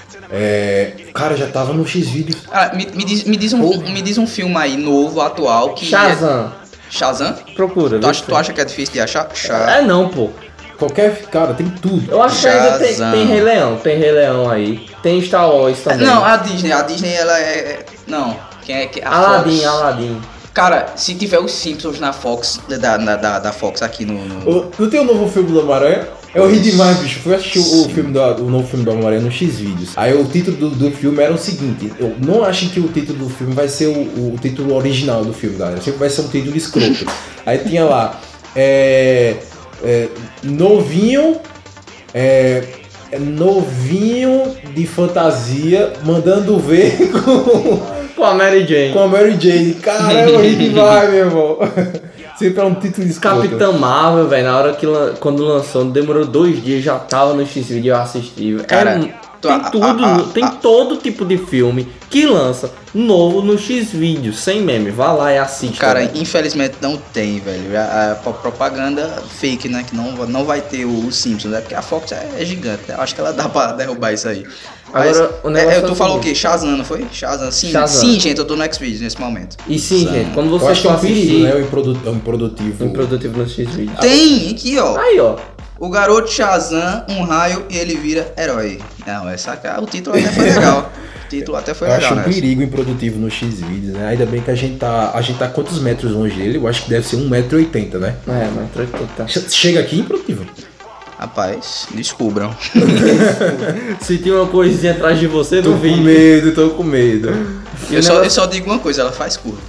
é, cara, já tava no X-Vídeos. Ah, me, me, diz, me, diz um, me diz um filme aí novo, atual, que... Shazam. É... Shazam? Procura. Tu vê acha, se tu acha que é difícil de achar? Shazam. É não, pô. Qualquer, cara, tem tudo. Eu acho que ainda tem, Shazam. tem Rei Leão, tem Rei Leão aí. Tem Star Wars também. Não, a Disney, a Disney ela é... Não, quem é que... a Aladdin, Fox. Aladdin. Cara, se tiver os Simpsons na Fox, da, da, da, da Fox aqui no... no... Ô, não tem o novo filme do Homem-Aranha? Eu ri demais, bicho. Fui assistir o, filme do, o novo filme do Homem-Aranha no X-Vídeos. Aí o título do, do filme era o seguinte: eu não acho que o título do filme vai ser o, o título original do filme, galera. Sempre vai ser um título escroto. Aí tinha lá, é, é, novinho, é, novinho de fantasia, mandando ver com, com a Mary Jane. Com a Mary Jane. Caramba, eu ri demais, meu irmão. Sempre é um título escroto. Capitã Marvel, velho, na hora que quando lançou, demorou dois dias, já tava no X-Video, eu assisti. Cara, é, tem tudo, a, a, tem a, todo tipo de filme que lança novo no X-Video, sem meme. Vá lá e assiste. Cara, velho. Infelizmente não tem, velho. A, a propaganda fake, né? Que não, não vai ter o, o Simpsons, né? Porque a Fox é, é gigante, né? Eu acho que ela dá pra derrubar isso aí. Mas, Agora, o negócio é, tu é falou o quê? Shazam, não foi? Shazam, sim. Shazam. Sim, gente, eu tô no Xvideos nesse momento. E sim, Shazam. Gente, quando você for assistir... Perigo, né? O improdutivo. O improdutivo. improdutivo no X-Video. Tem, aqui, ó. Aí, ó. O garoto Shazam, um raio e ele vira herói. Não, essa, o título até foi legal. O título até foi eu legal, acho né? um perigo improdutivo no X-Vídeos, né? Ainda bem que a gente tá. A gente tá quantos metros longe dele? Eu acho que deve ser um metro e oitenta, né? É, um metro e oitenta. Chega aqui improdutivo. Rapaz, descubram. Se tem uma coisinha atrás de você, tô não vi. Tô com medo, tô com medo. Eu, eu, só, negócio... eu só digo uma coisa, ela faz curva.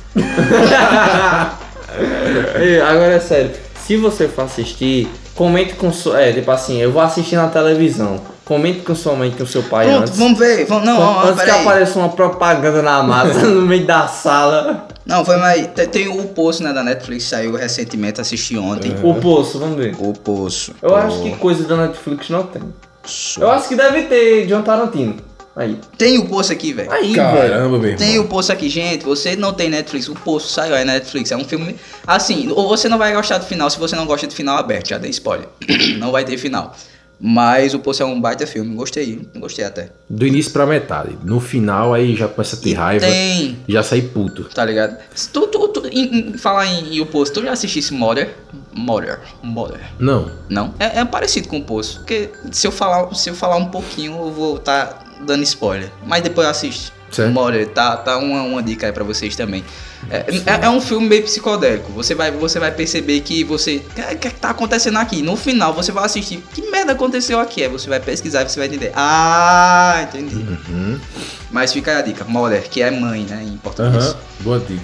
Agora é sério, se você for assistir, comente com sua. É, tipo assim, eu vou assistir na televisão. Comente com sua mãe e com seu pai Pronto, antes. Vamos ver, vamos, não, Com, não, antes que aí. apareça uma propaganda na massa no meio da sala. Não, foi mais. Tem, tem o Poço, né, da Netflix, saiu recentemente, assisti ontem. O Poço, vamos ver. O Poço. Eu o... acho que coisa da Netflix não tem. Eu acho que deve ter John Tarantino. Aí. Tem o Poço aqui, velho. Aí, caramba, velho. Tem o Poço aqui, gente. Você não tem Netflix, o Poço saiu aí na Netflix. É um filme. Assim, ou você não vai gostar do final, se você não gosta do final aberto, já dei spoiler. Não vai ter final. Mas o Poço é um baita filme, gostei, gostei até. Do início pra metade. No final aí já começa a ter e raiva. Tem. Já sai puto. Tá ligado? Tu, tu, tu em, em, falar em, em o Poço, tu já assistisse Mother? Mother. Mother. Não. Não? É, é parecido com o Poço. Porque se eu falar, se eu falar um pouquinho, eu vou estar tá dando spoiler. Mas depois assiste. Mother, tá, tá uma, uma dica aí pra vocês também. É, é, é um filme meio psicodélico. Você vai, você vai perceber que você. O que, que tá acontecendo aqui? No final você vai assistir. Que merda aconteceu aqui? Aí você vai pesquisar e você vai entender. Ah, entendi. Uhum. Mas fica aí a dica. Mother, que é mãe, né? Em português. Uhum. Boa dica.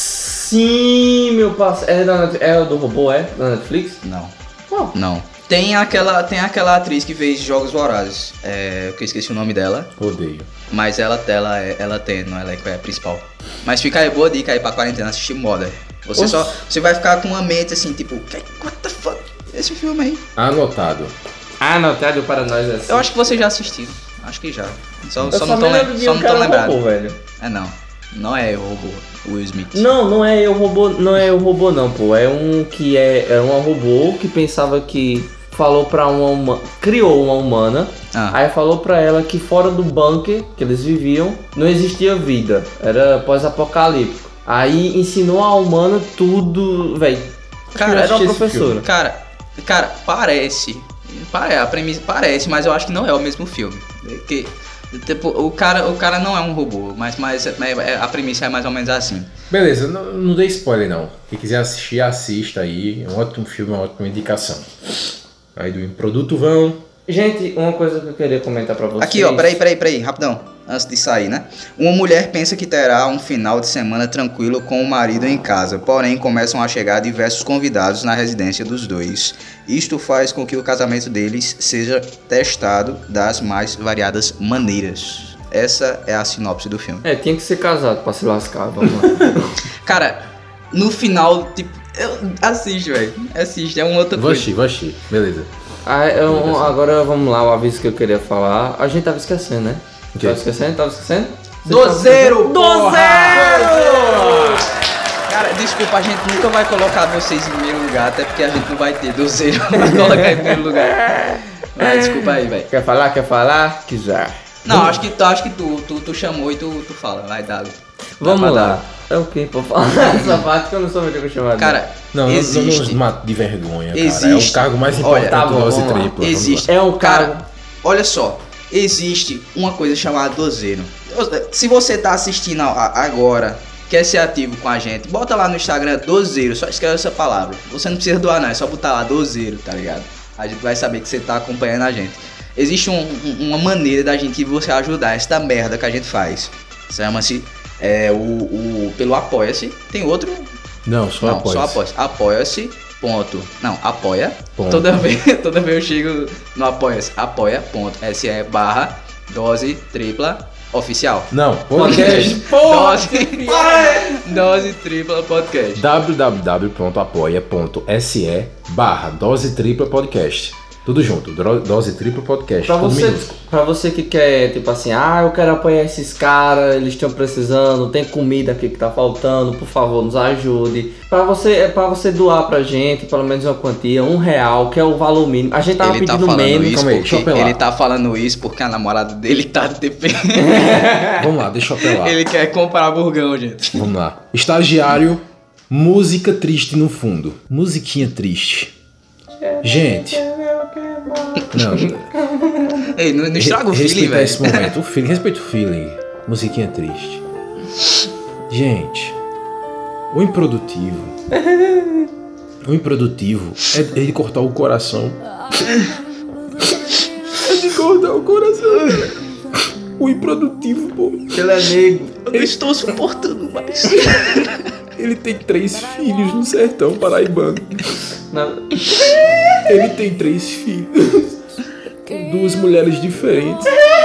Sim, meu parceiro. É, da, é do robô, é? Da Netflix? Não. Oh. Não. Tem aquela, tem aquela atriz que fez Jogos Vorazes. É, eu esqueci o nome dela. Odeio. Mas ela, ela, ela tem no elenco, é a principal. Mas fica aí, boa dica aí pra quarentena, assistir Mother. Você Oxi. só, você vai ficar com uma mente assim, tipo, what the fuck, esse filme aí. Anotado. Anotado para nós assim. Eu acho que você já assistiu, acho que já. Só, eu só, só não tô, lem- só não tô lembrado. Robô, velho. É não, não é o robô, Will Smith. Não, não é o robô, não é o robô não, pô. É um que é, é um robô que pensava que... falou pra uma humana, criou uma humana, ah. aí falou pra ela que fora do bunker que eles viviam, não existia vida, era pós-apocalíptico. Aí ensinou a humana tudo, velho. Cara, era uma professora. Cara, cara, parece, parece, a premissa parece, mas eu acho que não é o mesmo filme. Porque, tipo, o cara, o cara não é um robô, mas, mas a premissa é mais ou menos assim. Beleza, não, não dê spoiler não. Quem quiser assistir, assista aí. É um ótimo filme, uma ótima indicação. Aí do produto vão. Gente, uma coisa que eu queria comentar pra vocês. Aqui, ó, peraí, peraí, peraí, rapidão. Antes de sair, né? Uma mulher pensa que terá um final de semana tranquilo com o marido em casa, porém começam a chegar diversos convidados na residência dos dois. Isto faz com que o casamento deles seja testado das mais variadas maneiras. Essa é a sinopse do filme. É, tinha que ser casado pra se lascar, vamos lá. Cara, no final, tipo, assiste, velho. Assiste, é uma outra vou coisa. Assistir, vou assistir, beleza. Ah, eu, agora vamos lá, o aviso que eu queria falar. A gente tava esquecendo, né? Okay. Tava esquecendo? Tava esquecendo? Do zero! Do zero! Cara, desculpa, a gente nunca vai colocar vocês em primeiro lugar, até porque a gente não vai ter do zero pra colocar em primeiro lugar. Mas desculpa aí, velho. Quer falar? Quer falar? Quiser. Não, acho que, acho que tu, tu, tu chamou e tu, tu fala, vai, dá-lhe. Vamos lá. É o que pra falar essa parte que eu não sou muito acostumado. Cara, não, existe. Não nos mate de vergonha, existe. Cara. É o cargo mais importante Olha, tá bom, do nosso vamos lá. triplo. Existe. É um cargo. Cara, olha só. Existe uma coisa chamada dozeiro. Se você tá assistindo agora, quer ser ativo com a gente, bota lá no Instagram dozeiro, só escreve essa palavra. Você não precisa doar não, é só botar lá dozeiro, tá ligado? A gente vai saber que você tá acompanhando a gente. Existe um, um, uma maneira da gente você ajudar essa merda que a gente faz. Chama-se é, o, o, pelo Apoia-se. Tem outro? Não, só Não, apoia. só Apoia-se. Apoia-se. Ponto. Não, apoia. Ponto. Toda vez, toda vez eu chego no Apoia-se. Apoia.se barra dose tripla oficial. Não, podcast. Dose, dose tripla podcast. www.apoia.se barra dose tripla podcast. Tudo junto, Dro- dose tripla podcast. Pra tudo você, minúsculo. pra você que quer, tipo assim, ah, eu quero apoiar esses caras, eles estão precisando, tem comida aqui que tá faltando, por favor, nos ajude. Pra você, é pra você doar pra gente, pelo menos uma quantia, um real, que é o valor mínimo. A gente tava Ele tá pedindo falando menos. isso calma aí, deixa eu porque apelar. ele tá falando isso porque a namorada dele tá de T P. Vamos lá, deixa eu apelar. Ele quer comprar burgão, gente. Vamos lá. Estagiário, música triste no fundo. Musiquinha triste. Gente. Não, Ei, não, não estraga o feeling, respeitar velho. esse momento. O feeling, respeita o feeling. Musiquinha triste. Gente, o improdutivo. O improdutivo é ele cortar o coração. É de cortar o coração. O improdutivo, pô. Ele é negro. Eu não estou suportando mais. Ele tem três filhos no sertão paraibano. Não. Ele tem três filhos. Com duas mulheres diferentes.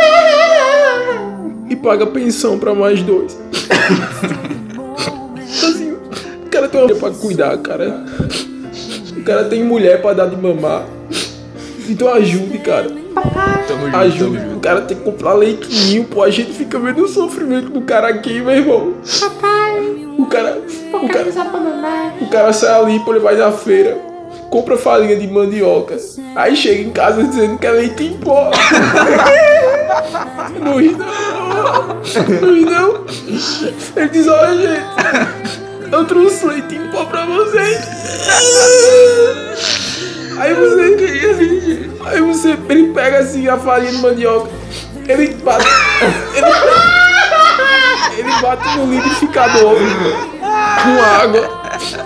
E paga pensão pra mais dois. Assim, o cara tem uma mulher pra cuidar, cara. O cara tem mulher pra dar de mamar. Então ajude, cara. Tamo junto, Ajude. tamo O junto. cara tem que comprar leitinho, pô. A gente fica vendo o sofrimento do cara aqui, meu irmão. O cara. O cara, o cara sai ali, pô, ele vai na feira, compra farinha de mandioca. Aí chega em casa dizendo que é leite em pó. Não ri não. Não ri não. Ele diz, olha gente, eu trouxe leite em pó pra vocês. Aí você. Aí você. Ele pega assim a farinha de mandioca. Ele bate. Ele, ele bate no liquidificador com água.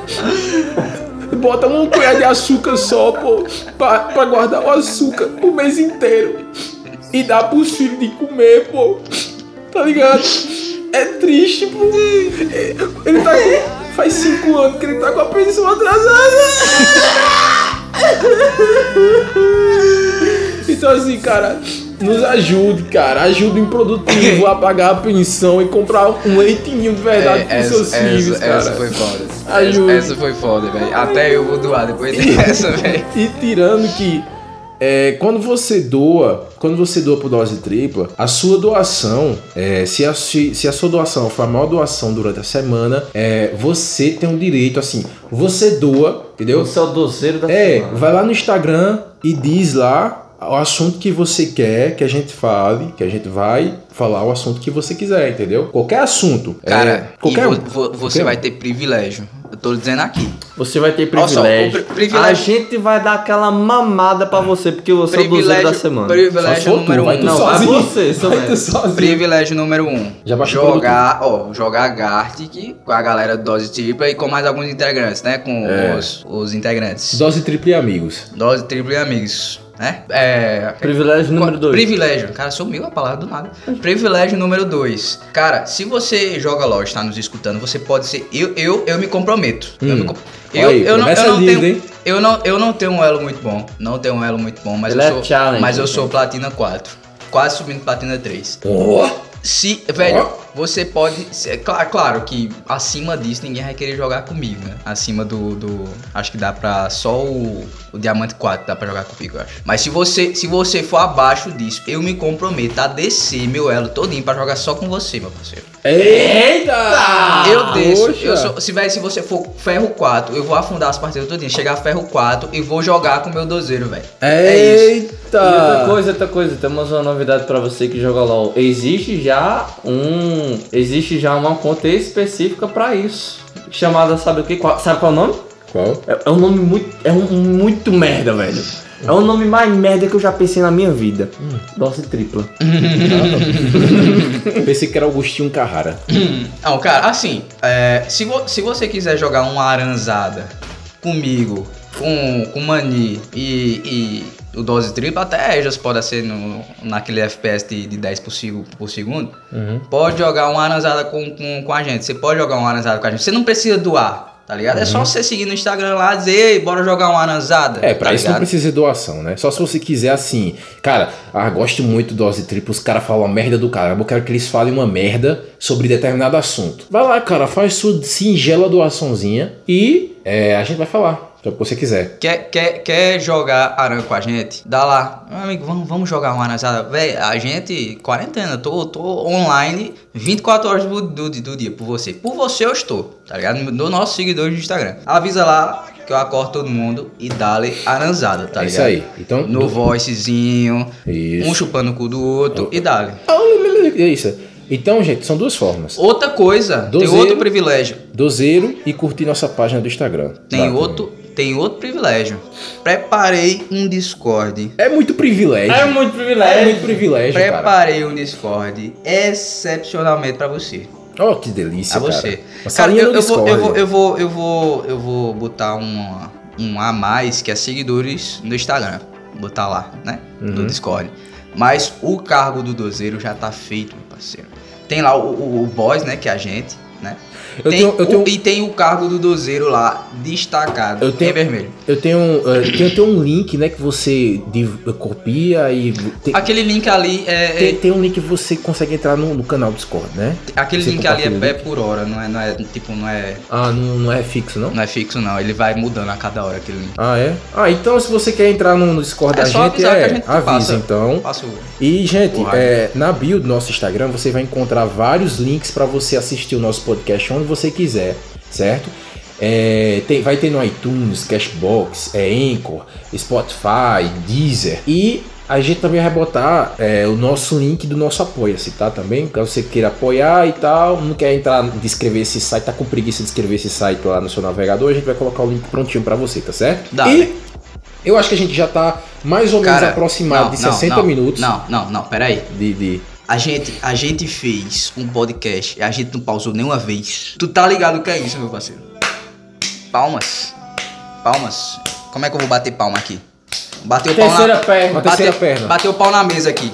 Bota uma colher de açúcar só, pô, pra, pra guardar o açúcar o mês inteiro. E dá pros filhos de comer, pô. Tá ligado? É triste, pô. Ele tá com... Faz cinco anos que ele tá com a pensão atrasada. Então assim, cara, nos ajude, cara. Ajude o improdutivo a pagar a pensão e comprar um leitinho de verdade pros seus essa, filhos, essa, cara. essa foi foda. Ajuda. Essa, essa foi foda, velho. Até eu vou doar depois dessa, velho. E tirando que é, quando você doa, quando você doa pro Dose Tripla, a sua doação, é, se, a, se, se a sua doação for a maior doação durante a semana, é, você tem um direito, assim, você doa, entendeu? Você é o doceiro da É, semana. vai lá no Instagram e diz lá o assunto que você quer que a gente fale, que a gente vai falar o assunto que você quiser, entendeu? Qualquer assunto. Cara, é, qualquer e um. vo- vo- você Qualquer vai um. ter privilégio. Eu tô dizendo aqui. Você vai ter Olha só, privilégio. o pri- privilégio- A gente vai dar aquela mamada pra você, porque você é o doceiro da semana. Só privilégio se for tu, número vai um. tu Não, vai sozinho. você, seu Vai neto. tu sozinho. Privilégio número um. Já baixou jogar, ó, jogar Gartic com a galera do Dose Tripla e com mais alguns integrantes, né? Com É. os, os integrantes. Dose Tripla e amigos. Dose Tripla e amigos, né? É. Privilégio número dois. Privilégio. Cara, sumiu a palavra do nada. Privilégio número dois. Cara, se você joga LOL e está nos escutando, você pode ser. Eu, eu, eu me comprometo. Eu, Hum. me com- Olha eu, aí, eu, não, promessa eu, não linda, tenho, hein? eu, não, eu não tenho um elo muito bom. Não tenho um elo muito bom, mas Ele eu é sou. challenge, mas eu né? sou Platina quatro. Quase subindo Platina três. Oh. Se, velho, você pode. se- É claro, claro que acima disso ninguém vai querer jogar comigo, né? Acima do. do acho que dá pra. Só o, o Diamante quatro dá pra jogar comigo, eu acho. Mas se você, se você for abaixo disso, eu me comprometo a descer meu elo todinho pra jogar só com você, meu parceiro. Eita! eu desço. Poxa. Eu sou, se, véio, se você for ferro quatro, eu vou afundar as partidas todinhas. Chegar a ferro quatro e vou jogar com o meu dozeiro, velho. É isso. Eita! E outra coisa, outra coisa, temos uma novidade pra você que joga LOL. Existe já um. Existe já uma conta específica pra isso. Chamada, sabe o que? Qual- sabe qual é o nome? Qual? É, é um nome muito. É um, um muito merda, velho. É o nome mais merda que eu já pensei na minha vida. Dose tripla. Pensei que era Augustinho Carrara. Não, cara, assim, é, se, vo- se você quiser jogar uma aranzada comigo com, com Mani e, e o dose tripla, até Aegis pode ser no, naquele F P S de, de dez por, seg- por segundo. Uhum. Pode jogar uma aranzada com, com, com a gente. Você pode jogar uma aranzada com a gente. Você não precisa doar. Tá ligado? É só você seguir no Instagram lá e dizer, ei, bora jogar uma aranzada. É, pra tá isso não ligado? precisa de doação, né? Só se você quiser assim. Cara, ah, gosto muito do Dose Tripla, os caras falam uma merda do caramba. Eu quero que eles falem uma merda sobre determinado assunto. Vai lá, cara, faz sua singela doaçãozinha e é, a gente vai falar. Se você quiser. Quer, quer, quer jogar aran com a gente? Dá lá. Meu amigo, vamos, vamos jogar uma aranzada. Véi, a gente, quarentena, tô, tô online vinte e quatro horas do, do, do dia por você. Por você eu estou, tá ligado? No nosso seguidor do Instagram. Avisa lá que eu acordo todo mundo e dá-lhe aranzada, tá É ligado? isso aí. Então, No do- voicezinho, Isso. um chupando o cu do outro e dá-lhe. É isso. Então, gente, são duas formas. Outra coisa, tem Dozeiro. outro privilégio. Dozeiro e curtir nossa página do Instagram. Tem Tá? outro, tem outro privilégio. Preparei um Discord. É muito privilégio. É muito É privilégio. muito privilégio, cara. Preparei um Discord excepcionalmente pra você. Oh, que delícia, A cara. você. Uma Cara, salinha eu, no eu, vou, Discord. eu, vou, eu, vou, eu, vou, eu vou botar um, um a mais que é seguidores no Instagram. Botar lá, né? No Uhum. Discord. Mas o cargo do dozeiro já tá feito, meu parceiro. Tem lá o, o, o boss, né? Que é a gente, né? Eu Tem tenho- eu o- tenho- E tem o cargo do dozeiro lá destacado Eu tenho- em vermelho. Eu tenho, uh, tem, tem um link, né, que você div- copia e... Tem, Aquele link ali é. tem, é- tem um link que você consegue entrar no, no canal do Discord, né? aquele você link ali é, compartilha o é por hora, não é, não é tipo, não é, Ah, não, não é fixo, não? não é fixo não. Ele vai mudando a cada hora aquele link. Ah, é? Ah, então se você quer entrar no, no Discord É da só gente, avisar é, que a gente avisa passa. então. Passo o- E, gente, o raio. é, na bio do nosso Instagram você vai encontrar vários links para você assistir o nosso podcast onde você quiser, certo? É, tem- vai ter no iTunes, Cashbox, é, Anchor, Spotify, Deezer. E a gente também vai botar é, o nosso link do nosso Apoia-se, tá? Também, caso você queira apoiar e tal, não quer entrar, descrever esse site, tá com preguiça de escrever esse site lá no seu navegador, a gente vai colocar o link prontinho para você, tá certo? Dá, e né? eu acho que a gente já tá mais ou menos Cara, aproximado não, de não, sessenta não, minutos Não, não, não, peraí. de... de... A gente, a gente fez um podcast e a gente não pausou nenhuma vez. Tu tá ligado o que é isso, meu parceiro? Palmas. Palmas. Como é que eu vou bater palma aqui? Bateu o pau Terceira na... perna. Uma terceira Bateu, perna. bateu o pau na mesa aqui.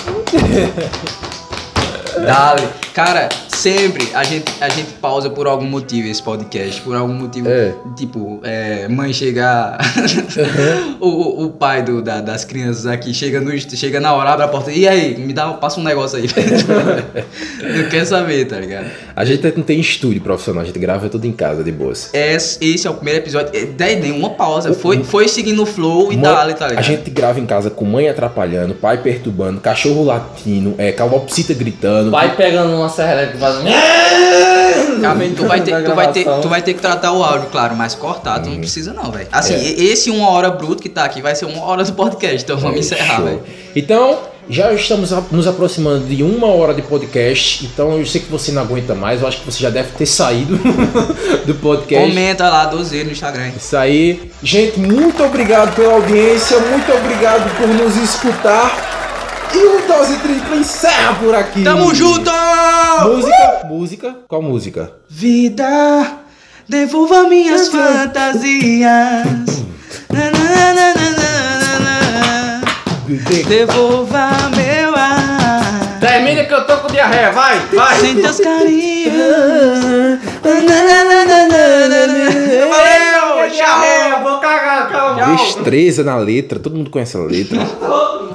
Dale. Cara, sempre a gente, a gente pausa por algum motivo esse podcast. Por algum motivo, É. tipo, é, mãe chegar. o, o, o pai do, da- das crianças aqui chega, no, chega na hora, abre a porta. E aí, me dá, passa um negócio aí. Não quer saber, tá ligado? A gente não tem estúdio profissional, a gente grava tudo em casa, de boas. Esse, esse é o primeiro episódio. É, daí nenhuma pausa. Foi, foi seguindo o flow e Mãe- dale, tá ligado? a gente grava em casa com mãe atrapalhando, pai perturbando, cachorro latindo, é, calopsita gritando. Vai pegando uma serra elétrica e fazendo. Calma aí, tu vai, ter, Da tu, vai ter, gravação. tu vai ter que tratar o áudio, claro, mas cortar tu não precisa não, velho. Assim, É. e- esse uma hora bruto que tá aqui vai ser uma hora do podcast, então vamos encerrar, Show. velho. Então, já estamos a- nos aproximando de uma hora de podcast, então eu sei que você não aguenta mais, eu acho que você já deve ter saído do podcast. Comenta lá, dozeiro no Instagram. Isso aí. Gente, muito obrigado pela audiência, muito obrigado por nos escutar. E o Dose Tripla encerra por aqui. Tamo junto! Música, música, qual música? Vida, devolva minhas fantasias. Na, na, na, na, na, na, na. Devolva meu ar. Termina que eu tô com diarreia, vai, vai. Sem teus carinhos. Na, na, na, na, na, na, na. Valeu, diarreia, vou cagar, calma. Destreza na letra, todo mundo conhece a letra.